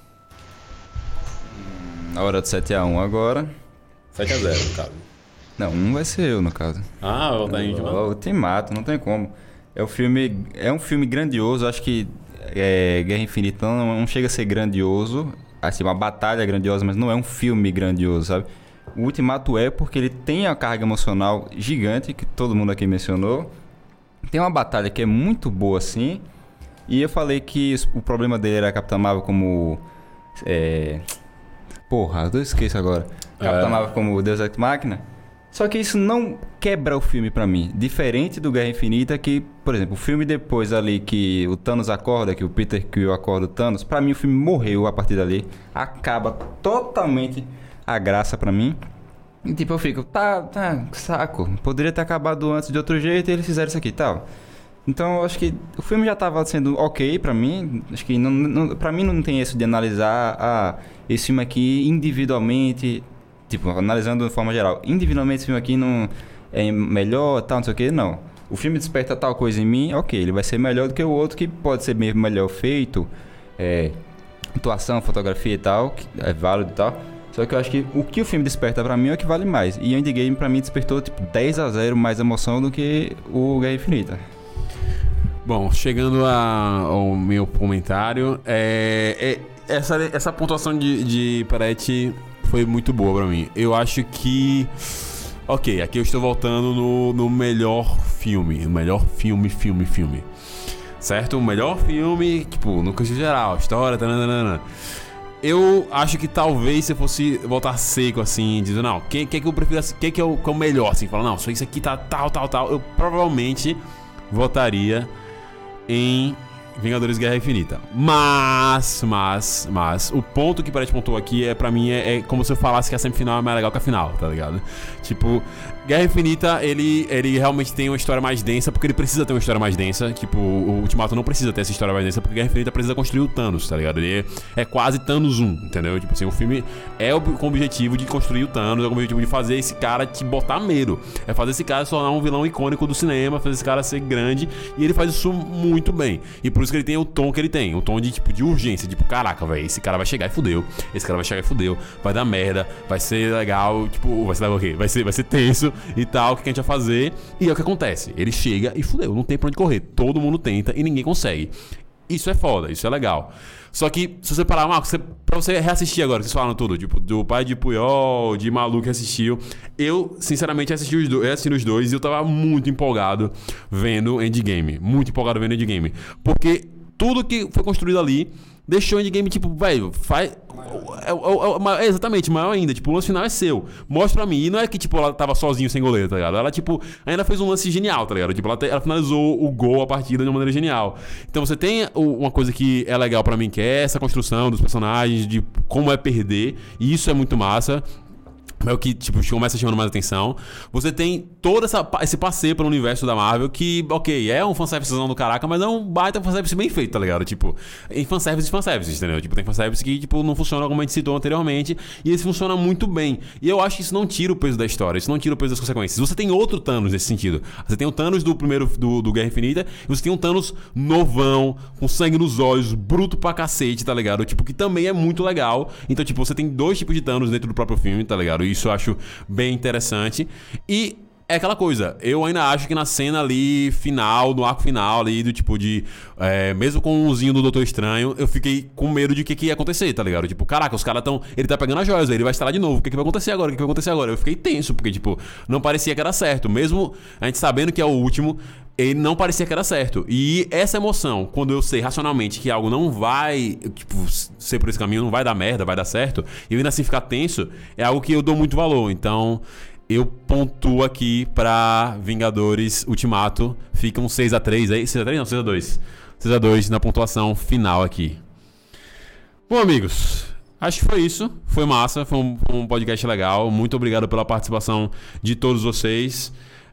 Na hora do sete a um agora. sete a zero, no caso. Não, um vai ser eu, no caso. Ah, vou dar em O Ultimato, não tem como. É um filme, é um filme grandioso, acho que é, Guerra Infinita não, não chega a ser grandioso, assim, uma batalha grandiosa, mas não é um filme grandioso, sabe? O Ultimato é porque ele tem a carga emocional gigante, que todo mundo aqui mencionou. Tem uma batalha que é muito boa, assim. E eu falei que o problema dele era a Capitã Marvel como... É... Porra, eu esqueço agora. Capitã É. Marvel como Deus Ex Machina. Só que isso não quebra o filme pra mim. Diferente do Guerra Infinita, que, por exemplo, o filme depois ali que o Thanos acorda, que o Peter Quill acorda o Thanos, pra mim o filme morreu a partir dali. Acaba totalmente a graça pra mim. E tipo, eu fico, tá, tá, saco. Poderia ter acabado antes de outro jeito e eles fizeram isso aqui e tal. Então, eu acho que o filme já tava sendo ok pra mim. Acho que não, não, pra mim não tem isso de analisar ah, esse filme aqui individualmente, tipo, analisando de forma geral. Individualmente esse filme aqui não é melhor, tal, não sei o que, não. O filme desperta tal coisa em mim, ok, ele vai ser melhor do que o outro, que pode ser mesmo melhor feito, é, atuação, fotografia e tal, que é válido e tal. Só que eu acho que o que o filme desperta pra mim é o que vale mais. E o Endgame pra mim despertou tipo dez a zero mais emoção do que o Guerra Infinita. Bom, chegando a, ao meu comentário, é, é, essa, essa pontuação de, de Peretti foi muito boa pra mim. Eu acho que... Ok, aqui eu estou voltando no, no melhor filme. Melhor filme, filme, filme. Certo? O melhor filme, tipo, no contexto geral, história, tananana. Eu acho que talvez se eu fosse voltar seco, assim, dizendo, não, quem que, que eu prefiro, quem que é o, que é o melhor, assim, falar, não, só isso aqui tá tal, tal, tal, eu provavelmente votaria em Vingadores Guerra Infinita. Mas, mas, mas, o ponto que o Peretti pontuou aqui é, pra mim, é, é como se eu falasse que a semifinal é mais legal que a final, tá ligado? Tipo, Guerra Infinita, ele, ele realmente tem uma história mais densa, porque ele precisa ter uma história mais densa. Tipo, o Ultimato não precisa ter essa história mais densa, porque Guerra Infinita precisa construir o Thanos, tá ligado? Ele é, é quase Thanos um, entendeu? Tipo assim, o filme é com o objetivo de construir o Thanos, é com o objetivo de fazer esse cara te botar medo. É fazer esse cara se tornar um vilão icônico do cinema, fazer esse cara ser grande, e ele faz isso muito bem. E por isso que ele tem o tom que ele tem, o tom de, tipo, de urgência, tipo, caraca, velho, esse cara vai chegar e fudeu, esse cara vai chegar e fudeu, vai dar merda, vai ser legal, tipo, vai ser legal o quê? Vai ser, vai ser tenso e tal, o que a gente vai fazer, e é o que acontece, ele chega e fudeu, não tem pra onde correr, todo mundo tenta e ninguém consegue. Isso é foda, isso é legal. Só que, se você parar, Marcos, você, pra você reassistir agora, vocês falaram tudo, tipo, do pai de Puyol, de Malu que assistiu, eu, sinceramente, assisti os, do, assisti os dois e eu tava muito empolgado vendo Endgame, muito empolgado vendo Endgame, porque tudo que foi construído ali deixou o Endgame, tipo, velho, faz... É, é, é, é exatamente, maior ainda, tipo, o lance final é seu, mostra pra mim. E não é que, tipo, ela tava sozinho sem goleiro, tá ligado? Ela, tipo, ainda fez um lance genial, tá ligado? Tipo, ela, te, ela finalizou o gol, a partida de uma maneira genial. Então você tem uma coisa que é legal pra mim, que é essa construção dos personagens, de como é perder, e isso é muito massa. É o que, tipo, começa chamando mais atenção. Você tem todo essa, esse passeio pelo universo da Marvel que, ok, é um fanservicezão do caraca, mas é um baita fanservice bem feito, tá ligado? Tipo, em fanservice e fanservice, entendeu? Tipo, tem fanservice que, tipo, não funciona como a gente citou anteriormente, e esse funciona muito bem. E eu acho que isso não tira o peso da história, isso não tira o peso das consequências. Você tem outro Thanos nesse sentido. Você tem o Thanos do primeiro, do, do Guerra Infinita, e você tem um Thanos novão, com sangue nos olhos, bruto pra cacete, tá ligado? Tipo, que também é muito legal. Então, tipo, você tem dois tipos de Thanos dentro do próprio filme, tá ligado? E isso eu acho bem interessante. E é aquela coisa, eu ainda acho que na cena ali final, no arco final ali, do tipo de... É, mesmo com o umzinho do Doutor Estranho, eu fiquei com medo de o que, que ia acontecer, tá ligado? Tipo, caraca, os caras tão... Ele tá pegando as joias, ele vai instalar de novo. O que, que vai acontecer agora? O que, que vai acontecer agora? Eu fiquei tenso, porque, tipo, não parecia que era certo. Mesmo a gente sabendo que é o último, ele não parecia que era certo. E essa emoção, quando eu sei racionalmente que algo não vai, tipo, ser por esse caminho, não vai dar merda, vai dar certo, e eu ainda assim ficar tenso, é algo que eu dou muito valor. Então, eu pontuo aqui pra Vingadores Ultimato. Fica um seis a três aí. seis a três? Não, seis a dois. seis a dois na pontuação final aqui. Bom, amigos, acho que foi isso. Foi massa, foi um, um podcast legal. Muito obrigado pela participação de todos vocês.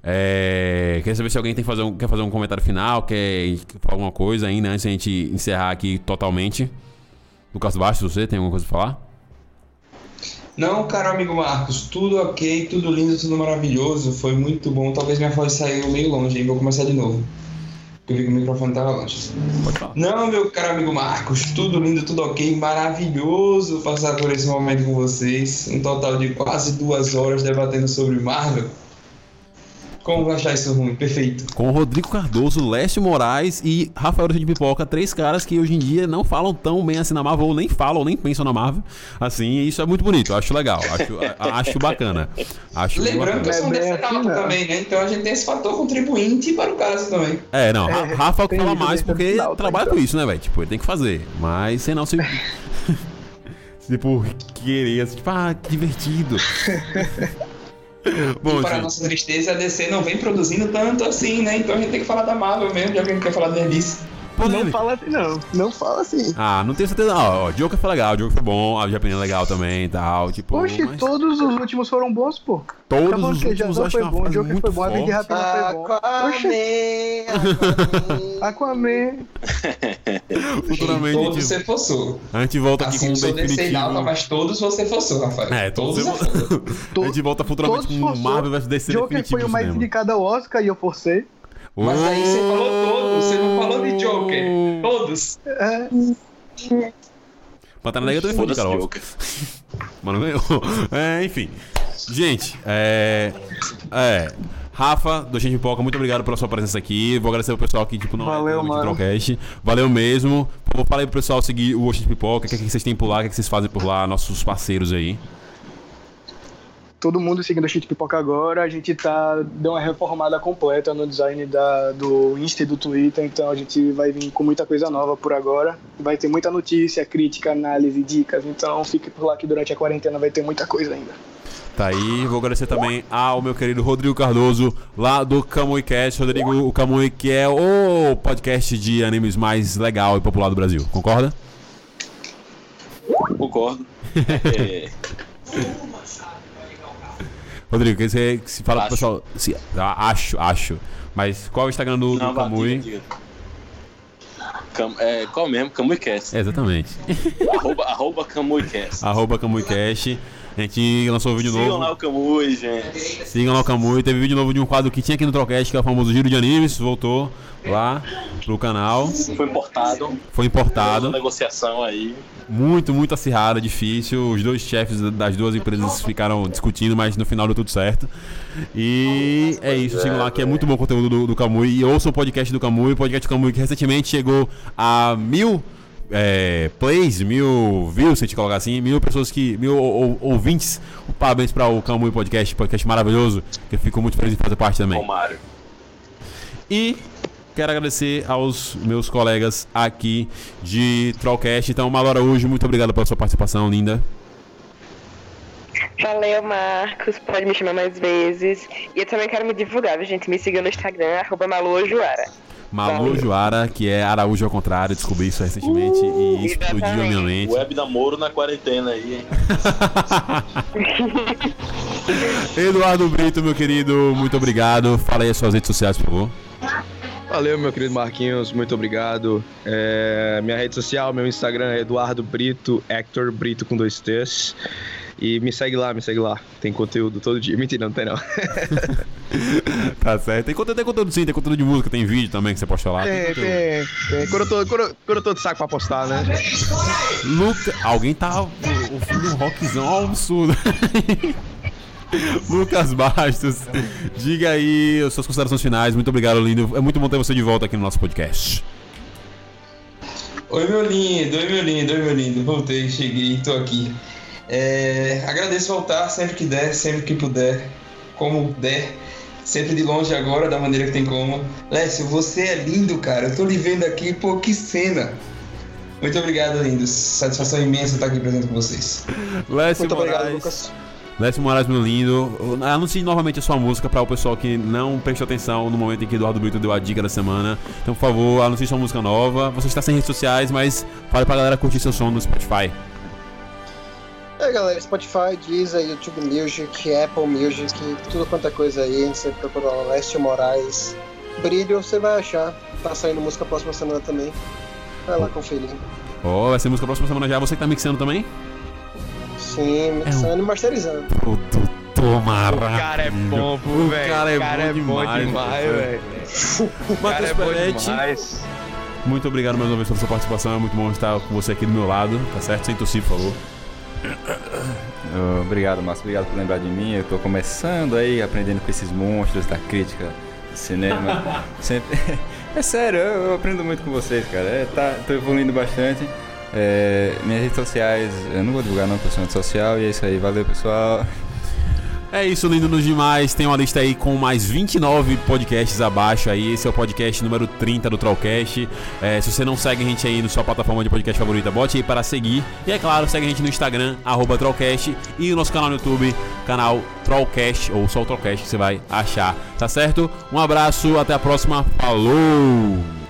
É, queria saber se alguém tem fazer um, quer fazer um comentário final, quer falar alguma coisa ainda antes de a gente encerrar aqui totalmente. Lucas Bastos, você tem alguma coisa pra falar? Não, caro amigo Marcos, tudo ok, tudo lindo, tudo maravilhoso, foi muito bom. Talvez minha voz saiu meio longe, hein? Vou começar de novo, porque eu vi que o microfone tava longe. Pode falar. Não, meu caro amigo Marcos, tudo lindo, tudo ok, maravilhoso passar por esse momento com vocês. Um total de quase duas horas debatendo sobre Marvel. Como vai achar isso ruim? Perfeito. Com Rodrigo Cardoso, Lécio Moraes e Rafael de Pipoca, três caras que hoje em dia não falam tão bem assim na Marvel, ou nem falam, ou nem pensam na Marvel. Assim, e isso é muito bonito, acho legal, acho, acho bacana. Acho Lembrando bacana. que eu sou um decenalto também, né? Então a gente tem esse fator contribuinte para o caso também. É, não, É, Rafa tem fala isso, mais tem porque final, trabalha então. com isso, né, velho? Tipo, ele tem que fazer, mas sem não se... tipo, querer, assim, tipo, ah, que divertido. Bom, E para gente, nossa tristeza, a D C não vem produzindo tanto assim, né? Então a gente tem que falar da Marvel mesmo, já que a gente quer falar de nerdice. polêmica. Não fala assim, não. Não fala assim. Ah, não tenho certeza. Ó, ó, Joker foi legal, Joker foi bom, a Japinha é legal também e tal. Tipo, Oxe, mas todos os últimos foram bons, pô. todos Tá bom os que últimos já eu acho que é foi uma bom, frase Joker muito foi bom, a Vida de forte. Rapina foi bom. Oxe, Aquaman, Aquaman. Futuramente a Todos gente, você forçou. a gente volta aqui Assim, com um eu sou definitivo. decenalta, mas todos você forçou, Rafael. É, todos todos você- você forçou. A gente volta futuramente Todos com um forçou. Marvel versus D C Joker definitivo foi o no mais cinema. indicado ao Oscar e eu forcei. Mas aí você falou todos, você não falou de Oh. Joker. Todos. É, Pantera Negra também foi Foda-se, indicado ao Joker. Oscar. Mas não ganhou. É, enfim. Gente, é... É... Rafa, do Gente Pipoca, muito obrigado pela sua presença aqui. Vou agradecer ao pessoal que, tipo, não Valeu, é do mano. Trollcast. Valeu mesmo. Vou falar aí pro pessoal seguir o Gente Pipoca. O que, é que vocês têm por lá? O que, é que vocês fazem por lá? Nossos parceiros aí. todo mundo seguindo o Shit Pipoca agora. A gente tá deu uma reformada completa no design da, do Insta e do Twitter, então a gente vai vir com muita coisa nova por agora. Vai ter muita notícia, crítica, análise, dicas, então fique por lá que durante a quarentena vai ter muita coisa ainda. Tá aí, vou agradecer também ao meu querido Rodrigo Cardoso, lá do Camuicast. Rodrigo, o Camui, que é o podcast de animes mais legal e popular do Brasil. Concorda? Concordo. É, Rodrigo, quer dizer que se fala pro Acho. pessoal. Se, ah, acho, acho. Mas qual é o Instagram do, do não, vá, Camui? diga, diga. Cam, é, qual mesmo? Camuicast. É, exatamente. arroba, arroba Camuicast. Arroba CamuiCast. A gente lançou um vídeo Sigam novo. lá o Camui, gente. Sigam lá o Camui. Teve vídeo novo de um quadro que tinha aqui no Trollcast, que é o famoso Giro de Animes. Voltou lá pro canal. Foi importado. Foi importado. Negociação aí. Muito, muito acirrada, difícil. Os dois chefes das duas empresas ficaram discutindo, mas no final deu tudo certo. E é isso, sigam lá, que é muito bom o conteúdo do, do Camui. E ouçam o podcast do Camui. O podcast do Camui que recentemente chegou a mil é, plays, mil views, se a gente colocar assim, mil pessoas que. mil ou, ou, ouvintes. Parabéns para o Camui Podcast, podcast maravilhoso, que eu fico muito feliz em fazer parte também. Bom, Mário. E quero agradecer aos meus colegas aqui de Trollcast. Então, Malu Araújo, muito obrigado pela sua participação, linda. Valeu, Marcos. Pode me chamar mais vezes. E eu também quero me divulgar, viu, gente? Me sigam no Instagram, arroba Maluojoara. Malu Valeu. Joara, que é Araújo ao contrário, descobri isso recentemente Uh, e explodiu a minha exatamente. mente. Web namoro na quarentena aí, hein? Eduardo Brito, meu querido, muito obrigado. Fala aí as suas redes sociais, por favor. Valeu, meu querido Marquinhos, muito obrigado. É, minha rede social, meu Instagram é Eduardo Brito, Hector Brito com dois T's. E me segue lá, me segue lá. Tem conteúdo todo dia. Mentira, não tem não. Tá certo. Tem conteúdo, tem conteúdo sim, tem conteúdo de música, tem vídeo também que você posta lá. Tem, conteúdo. tem, tem. Quando eu, tô, quando, eu, quando eu tô de saco pra postar, né? Luca, alguém tá ouvindo um rockzão absurdo. Lucas Bastos, diga aí as suas considerações finais. Muito obrigado, lindo. É muito bom ter você de volta aqui no nosso podcast. Oi, meu lindo, oi, meu lindo, oi, meu lindo. Voltei, cheguei, tô aqui. É, agradeço voltar sempre que der, sempre que puder, como der. Sempre de longe agora, da maneira que tem como. Lécio, você é lindo, cara. Eu tô lhe vendo aqui, pô, que cena. Muito obrigado, lindos. Satisfação imensa estar aqui presente com vocês. Lécio Muito Moraes. obrigado, Lucas. Lécio Moraes, meu lindo. Anuncie novamente a sua música para o pessoal que não prestou atenção no momento em que Eduardo Brito deu a dica da semana. Então, por favor, anuncie sua música nova. Você está sem redes sociais, mas fale pra galera curtir seu som no Spotify. É, galera, Spotify, Deezer, YouTube Music, Apple Music, tudo quanto é coisa aí. Você procura lá, Lécio Moraes. Brilho, você vai achar. Tá saindo música próxima semana também. Vai lá conferir. Ó, oh, vai ser música próxima semana já. Você que tá mixando também? Sim, mixando e masterizando. Produtor maravilhoso. O cara é bom, O velho. cara é O cara é bom bom demais, demais, velho. velho. O cara Matheus é bom Peretti, demais. muito obrigado mais uma vez pela sua participação. É muito bom estar com você aqui do meu lado, tá certo? Sem tossir, por favor. Uh, Obrigado, Márcio. Obrigado por lembrar de mim. Eu tô começando aí, aprendendo com esses monstros da crítica de cinema. Sempre... É sério, eu, eu aprendo muito com vocês, cara. É, tá, tô evoluindo bastante. É, minhas redes sociais, eu não vou divulgar não, pessoal, rede social. E é isso aí, valeu, pessoal. É isso, lindo nos demais. Tem uma lista aí com mais vinte e nove podcasts abaixo aí. Esse é o podcast número trinta do Trollcast. É, se você não segue a gente aí na sua plataforma de podcast favorita, bote aí para seguir. E é claro, segue a gente no Instagram, arroba Trollcast. E no nosso canal no YouTube, canal Trollcast, ou só o Trollcast que você vai achar. Tá certo? Um abraço, até a próxima. Falou!